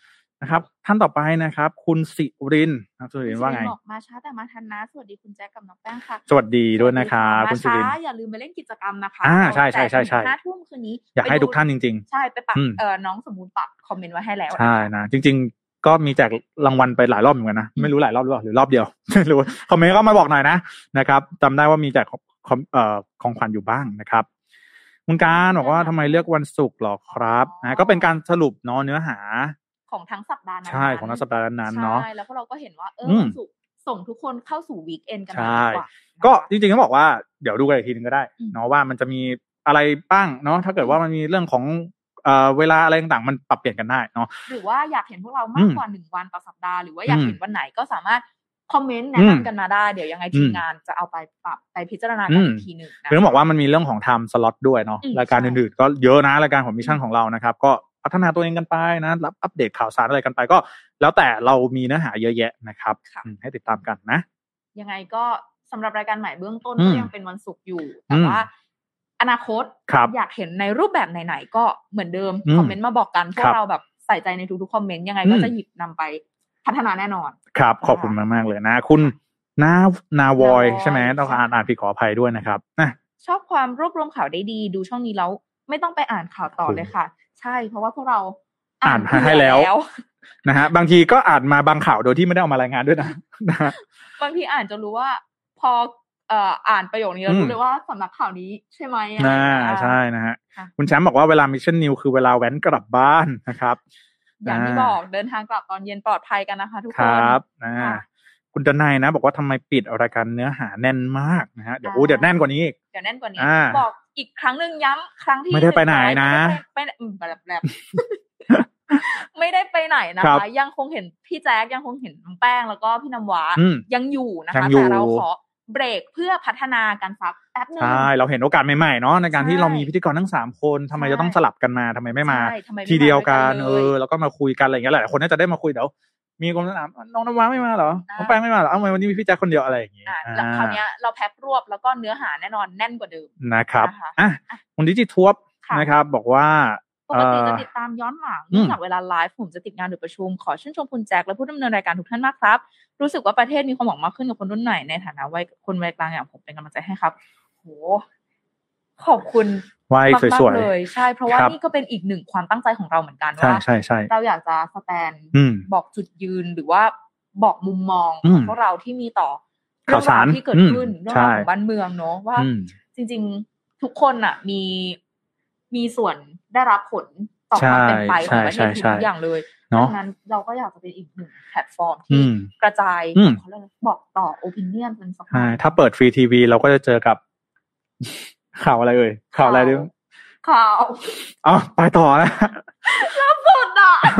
นะครับท่านต่อไปนะครับคุณสิรินทร์สุรินทร์ว่าไงบอกมาช้าแต่มาทันนะสวัสดีคุณแจ็คกับน้องแป้งค่ะสวัสดีด้วยนะครับคุณสิรินทร์อย่าลืมไปเล่นกิจกรรมนะคะใช่ 5 ทุ่มคืนนี้อยากให้ทุกท่านจริงๆใช่ไปปักน้องสมุนปักคอมเมนต์ไว้ให้แล้วใช่นะจริงๆก็มีแจกรางวัลไปหลายรอบเหมือนกันนะไม่รู้หลายรอบหรือเปล่าหรือรอบเดียวไม่รู้คอมเมนต์ก็มาบอกหน่อยนะครับจำได้ว่ามีแจกของขวัญอยู่บ้างนะครับคุณการบอกว่าทำไมเลือกวันศุกร์หรอครับก็เป็นการสรุปเนาะเนื้อหาของทั้งสัปดาห์นั้นใช่ของทั้งสัปดาห์นั้นเนาะใช่แล้วพวกเราก็เห็นว่าวันศุกร์ส่งทุกคนเข้าสู่วีคเอนด์กันดีกว่าก็จริงๆต้องบอกว่าเดี๋ยวดูกันอีกทีนึงก็ได้เนาะว่ามันจะมีอะไรบ้างเนาะถ้าเกิดว่ามันมีเรื่องของเวลาอะไรต่างๆมันปรับเปลี่ยนกันได้เนาะหรือว่าอยากเห็นพวกเรามากกว่า1วันต่อสัปดาห์หรือว่าอยากเห็นวันไหนก็สามารถคอมเมนต์แนะนำกันมาได้เดี๋ยวยังไงทีมงานจะเอาไปปรับไปพิจารณากันอีกทีนึงนะคือต้องบอกว่ามันมีเรื่องของ time slot ด้วยเนาะรายการอื่นๆก็เยอะนะรายการของมิชชั่นของเรานะครับก็พัฒนาตัวเองกันไปนะรับอัปเดตข่าวสารอะไรกันไปก็แล้วแต่เรามีเนื้อหาเยอะแยะนะครับให้ติดตามกันนะยังไงก็สำหรับรายการใหม่เบื้องต้นก็ยังเป็นวันศุกร์อยู่แต่ว่าอนาคตอยากเห็นในรูปแบบไหนๆก็เหมือนเดิมคอมเมนต์มาบอกกันพวกเราแบบใส่ใจในทุกๆคอมเมนต์ยังไงก็จะหยิบนำไปพัฒนาแน่นอนครับขอบคุณมากๆเลยนะคุณนาวอยใช่ไหมต้องอ่านผิดขออภัยด้วยนะครับชอบความรวบรวมข่าวได้ดีดูช่องนี้แล้วไม่ต้องไปอ่านข่าวต่อเลยค่ะใช่เพราะว่าพวกเราอ่านให้แล้วนะฮะบางทีก็อ่านมาบางข่าวโดยที่ไม่ได้เอามารายงานด้วยนะบางทีอ่านจะรู้ว่าพออ่านประโยคนี้แล้วรู้เลยว่าสำนักข่าวนี้ใช่ไหมใช่นะฮะคุณแชมป์บอกว่าเวลามิชชั่นนิวคือเวลาแว้นกลับบ้านนะครับอย่างที่บอกเดินทางกลับตอนเย็นปลอดภัยกันนะคะทุกคนครับคุณดนัยนะบอกว่าทำไมปิดรายการเนื้อหาแน่นมากนะฮะเดี๋ยวแน่นกว่านี้อีกเดี๋ยวแน่นกว่านี้บอกอีกครั้งนึงย้ำครั้งที่ไม่ได้ไปไหนนะแบบไม่ได้ไปไหนนะคะยังคงเห็นพี่แจ๊คยังคงเห็นน้องแป้งแล้วก็พี่น้ำว้ายังอยู่นะคะแต่เราขอเบรกเพื่อพัฒนากันสักแป๊บนึงใช่เราเห็นโอกาสใหม่ๆเนาะในการที่เรามีพิธีกรทั้ง3คนทำไมจะต้องสลับกันมาทำไมไม่มาทีเดียวกันแล้วก็มาคุยกันอะไรอย่างเงี้ยหลายคนน่าจะได้มาคุยเดี๋ยวมีคนถามน้องน้ำว้าไม่มาเหรอน้องแป้งไม่มาเหรอวันนี้มีพี่แจ๊คคนเดียวอะไรอย่างเงี้ยแล้วคราวนี้เราแพ็ครวบแล้วก็เนื้อหาแน่นอนแน่นกว่าเดิมนะครับคุณดิจิทัวร์นะครับบอกว่าปกติจะติดตามย้อนหลังเนื่องจากเวลาไลฟ์ผมจะติดงานหรือประชุมขอชื่นชมคุณแจ็คและผู้ดำเนินรายการทุกท่านมากครับรู้สึกว่าประเทศมีความหวังมากขึ้นกับคนรุ่นใหม่ในฐานะคนวัยกลางอย่างผมเป็นกำลังใจให้ครับโหขอบคุณมากๆเลยใช่เพราะว่านี่ก็เป็นอีกหนึ่งความตั้งใจของเราเหมือนกันว่าเราอยากจะสแตนบอกจุดยืนหรือว่าบอกมุมมองของพวกเราที่มีต่อเรื่องราวที่เกิดขึ้นเรื่องราวของบ้านเมืองเนาะว่าจริงๆทุกคนน่ะมีส่วนได้รับผลต่อความเป็นไปของประเทศทุกอย่างเลยดังนั้นเราก็อยากจะเป็นอีกหนึ่งแพลตฟอร์มที่กระจายเขาเรียกบอกต่อโอปิเนียนเป็นสักถ้าเปิดฟรีทีวีเราก็จะเจอกับข่าวอะไรข่าวอะไรดิข่าวไปต่อนะล่าสุด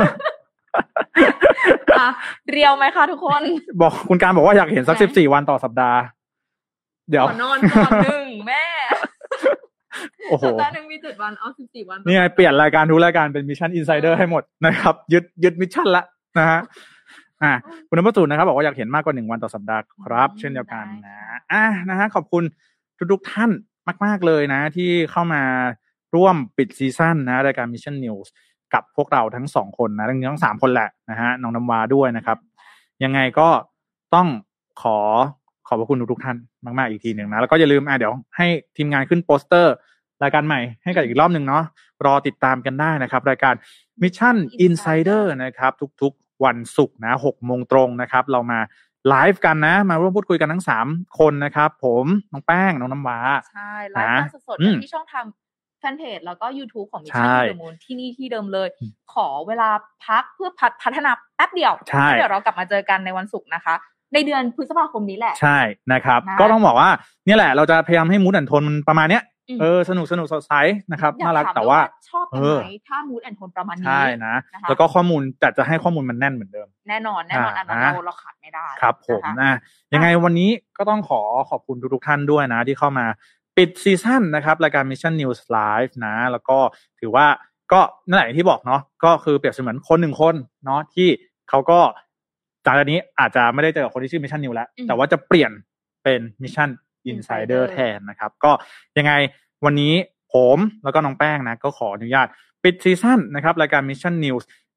เรียวไหมคะทุกคนบอกคุณการบอกว่าอยากเห็นสัก14 วันต่อสัปดาห์เดี๋ยวนอนก่อน1แม่สัปดาห์นึงมี7 วันเอา14 วันนี่ไงเปลี่ยนรายการทุกรายการเป็นมิชชั่นอินไซเดอร์ให้หมดนะครับยึดมิชชั่นละนะฮะคุณน้ำประตูนะครับบอกว่าอยากเห็นมากกว่า1 วันต่อสัปดาห์ครับเช่นเดียวกันนะฮะขอบคุณทุกท่านมากๆเลยนะที่เข้ามาร่วมปิดซีซั่นนะรายการ Mission News กับพวกเราทั้ง2คนนะทั้ง3คนแหละนะฮะน้องน้ำวาด้วยนะครับยังไงก็ต้องขอบพระคุณทุกท่านมากๆอีกทีหนึ่งนะแล้วก็อย่าลืมเดี๋ยวให้ทีมงานขึ้นโปสเตอร์รายการใหม่ให้กันอีกรอบนึงเนาะรอติดตามกันได้นะครับรายการ Mission Insider นะครับทุกๆวันศุกร์นะ 18:00 นตรงนะครับเรามาไลฟ์กันนะมาร่วมพูดคุยกันทั้ง3คนนะครับผมน้องแป้งน้องน้ำว้าใช่ไลฟ์กันสดๆที่ช่องทางแฟนเพจแล้วก็ YouTube ของ Mission The Moon ที่นี่ที่เดิมเลยขอเวลาพักเพื่อพัฒนาแป๊บเดียวเดี๋ยวเรากลับมาเจอกันในวันศุกร์นะคะในเดือนพฤษภาคมนี้แหละใช่นะครับก็ต้องบอกว่านี่แหละเราจะพยายามให้มูดแอนโทนมันประมาณเนี้ยสนุกสดใสนะครับน่ารักแต่ว่าชอบไหมถ้ามูดแอนโทนประมาณนี้ใช่นะแล้วก็ข้อมูลจะให้ข้อมูลมันแน่นเหมือนเดิมแน่นอนอันนั้นเราขาดไม่ได้ครับผมยังไงวันนี้ก็ต้องขอบคุณทุกท่านด้วยนะที่เข้ามาปิดซีซั่นนะครับรายการ Mission News Live นะแล้วก็ถือว่าก็นั่นแหละที่บอกเนาะก็คือเปรียบเสมือนคน1คนเนาะที่เขาก็จากนี้อาจจะไม่ได้เจอคนที่ชื่อ Mission News แล้วแต่ว่าจะเปลี่ยนเป็น Mission Insider แทนนะครับก็ยังไงวันนี้ผมแล้วก็น้องแป้งนะก็ขออนุญาตปิดซีซั่นนะครับรายการ Mission News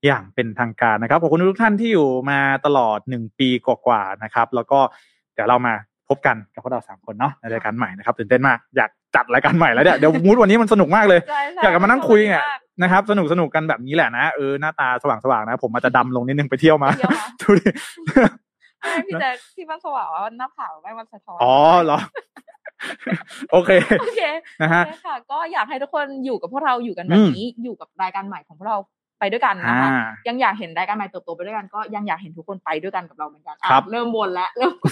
อย่างเป็นทางการนะครับขอบคุณทุกท่านที่อยู่มาตลอด1ปีกว่าๆนะครับแล้วก็เดี๋ยวเรามาพบกันกับพวกเรา3คนเนาะในรายการใหม่นะครับตื่นเต้นมากอยากจัดรายการใหม่แล้วเดี๋ยวมูดวันนี้มันสนุกมากเลยอยากจะมานั่งคุยเนี่ยนะครับสนุกกันแบบนี้แหละนะหน้าตาสว่างๆนะผมอาจจะดำลงนิดนึงไปเที่ยวมาดูดิพี่แจ๊คที่มันสว่างว่าหน้าผากไม่มันสะท้อนอ๋อเหรอโอเคนะฮะค่ะก็อยากให้ทุกคนอยู่กับพวกเราอยู่กันแบบนี้อยู่กับรายการใหม่ของพวกเราไปด้วยกันนะคะยังอยากเห็นรายการใหม่เติบโตไปด้วยกันก็ยังอยากเห็นทุกคนไปด้วยกันกับเราเหมือนกันเริ่มวนแล้ว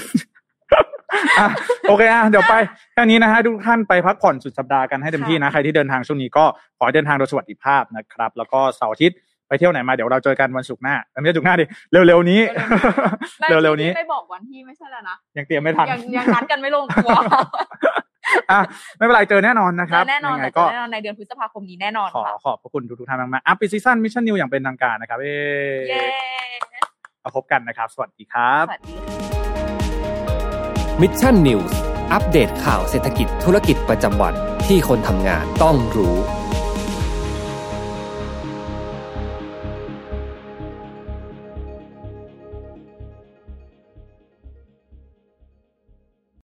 โอเคเดี๋ยวไปแค่นี้นะฮะทุกท่านไปพักผ่อนสุดสัปดาห์กันให้เต็มที่นะใครที่เดินทางช่วงนี้ก็ขอเดินทางโดยสวัสดิภาพนะครับแล้วก็เสาร์อาทิตย์ไปเที่ยวไหนมาเดี๋ยวเราเจอกันวันศุกร์หน้าไม่ใช่ศุกร์หน้าดิเร็วๆนี้เร็วๆนี้ไม่บอกวันที่ไม่ใช่แล้วนะยังเตรียมไม่ทันยังนัดกันไม่ลงตัวไม่เป็นไรเจอแน่นอนนะครับยังไงก็แน่นอนในเดือนพฤษภาคมนี้แน่นอนค่ะขอบพระคุณทุกท่านมากๆปิดซีซั่นมิชชั่นนิวอย่างเป็นทางการนะครับเย้มาพบกันนะครับสวัสดีครับสวัสดี Mission News อัปเดตข่าวเศรษฐกิจธุรกิจประจำวันที่คนทำงานต้องรู้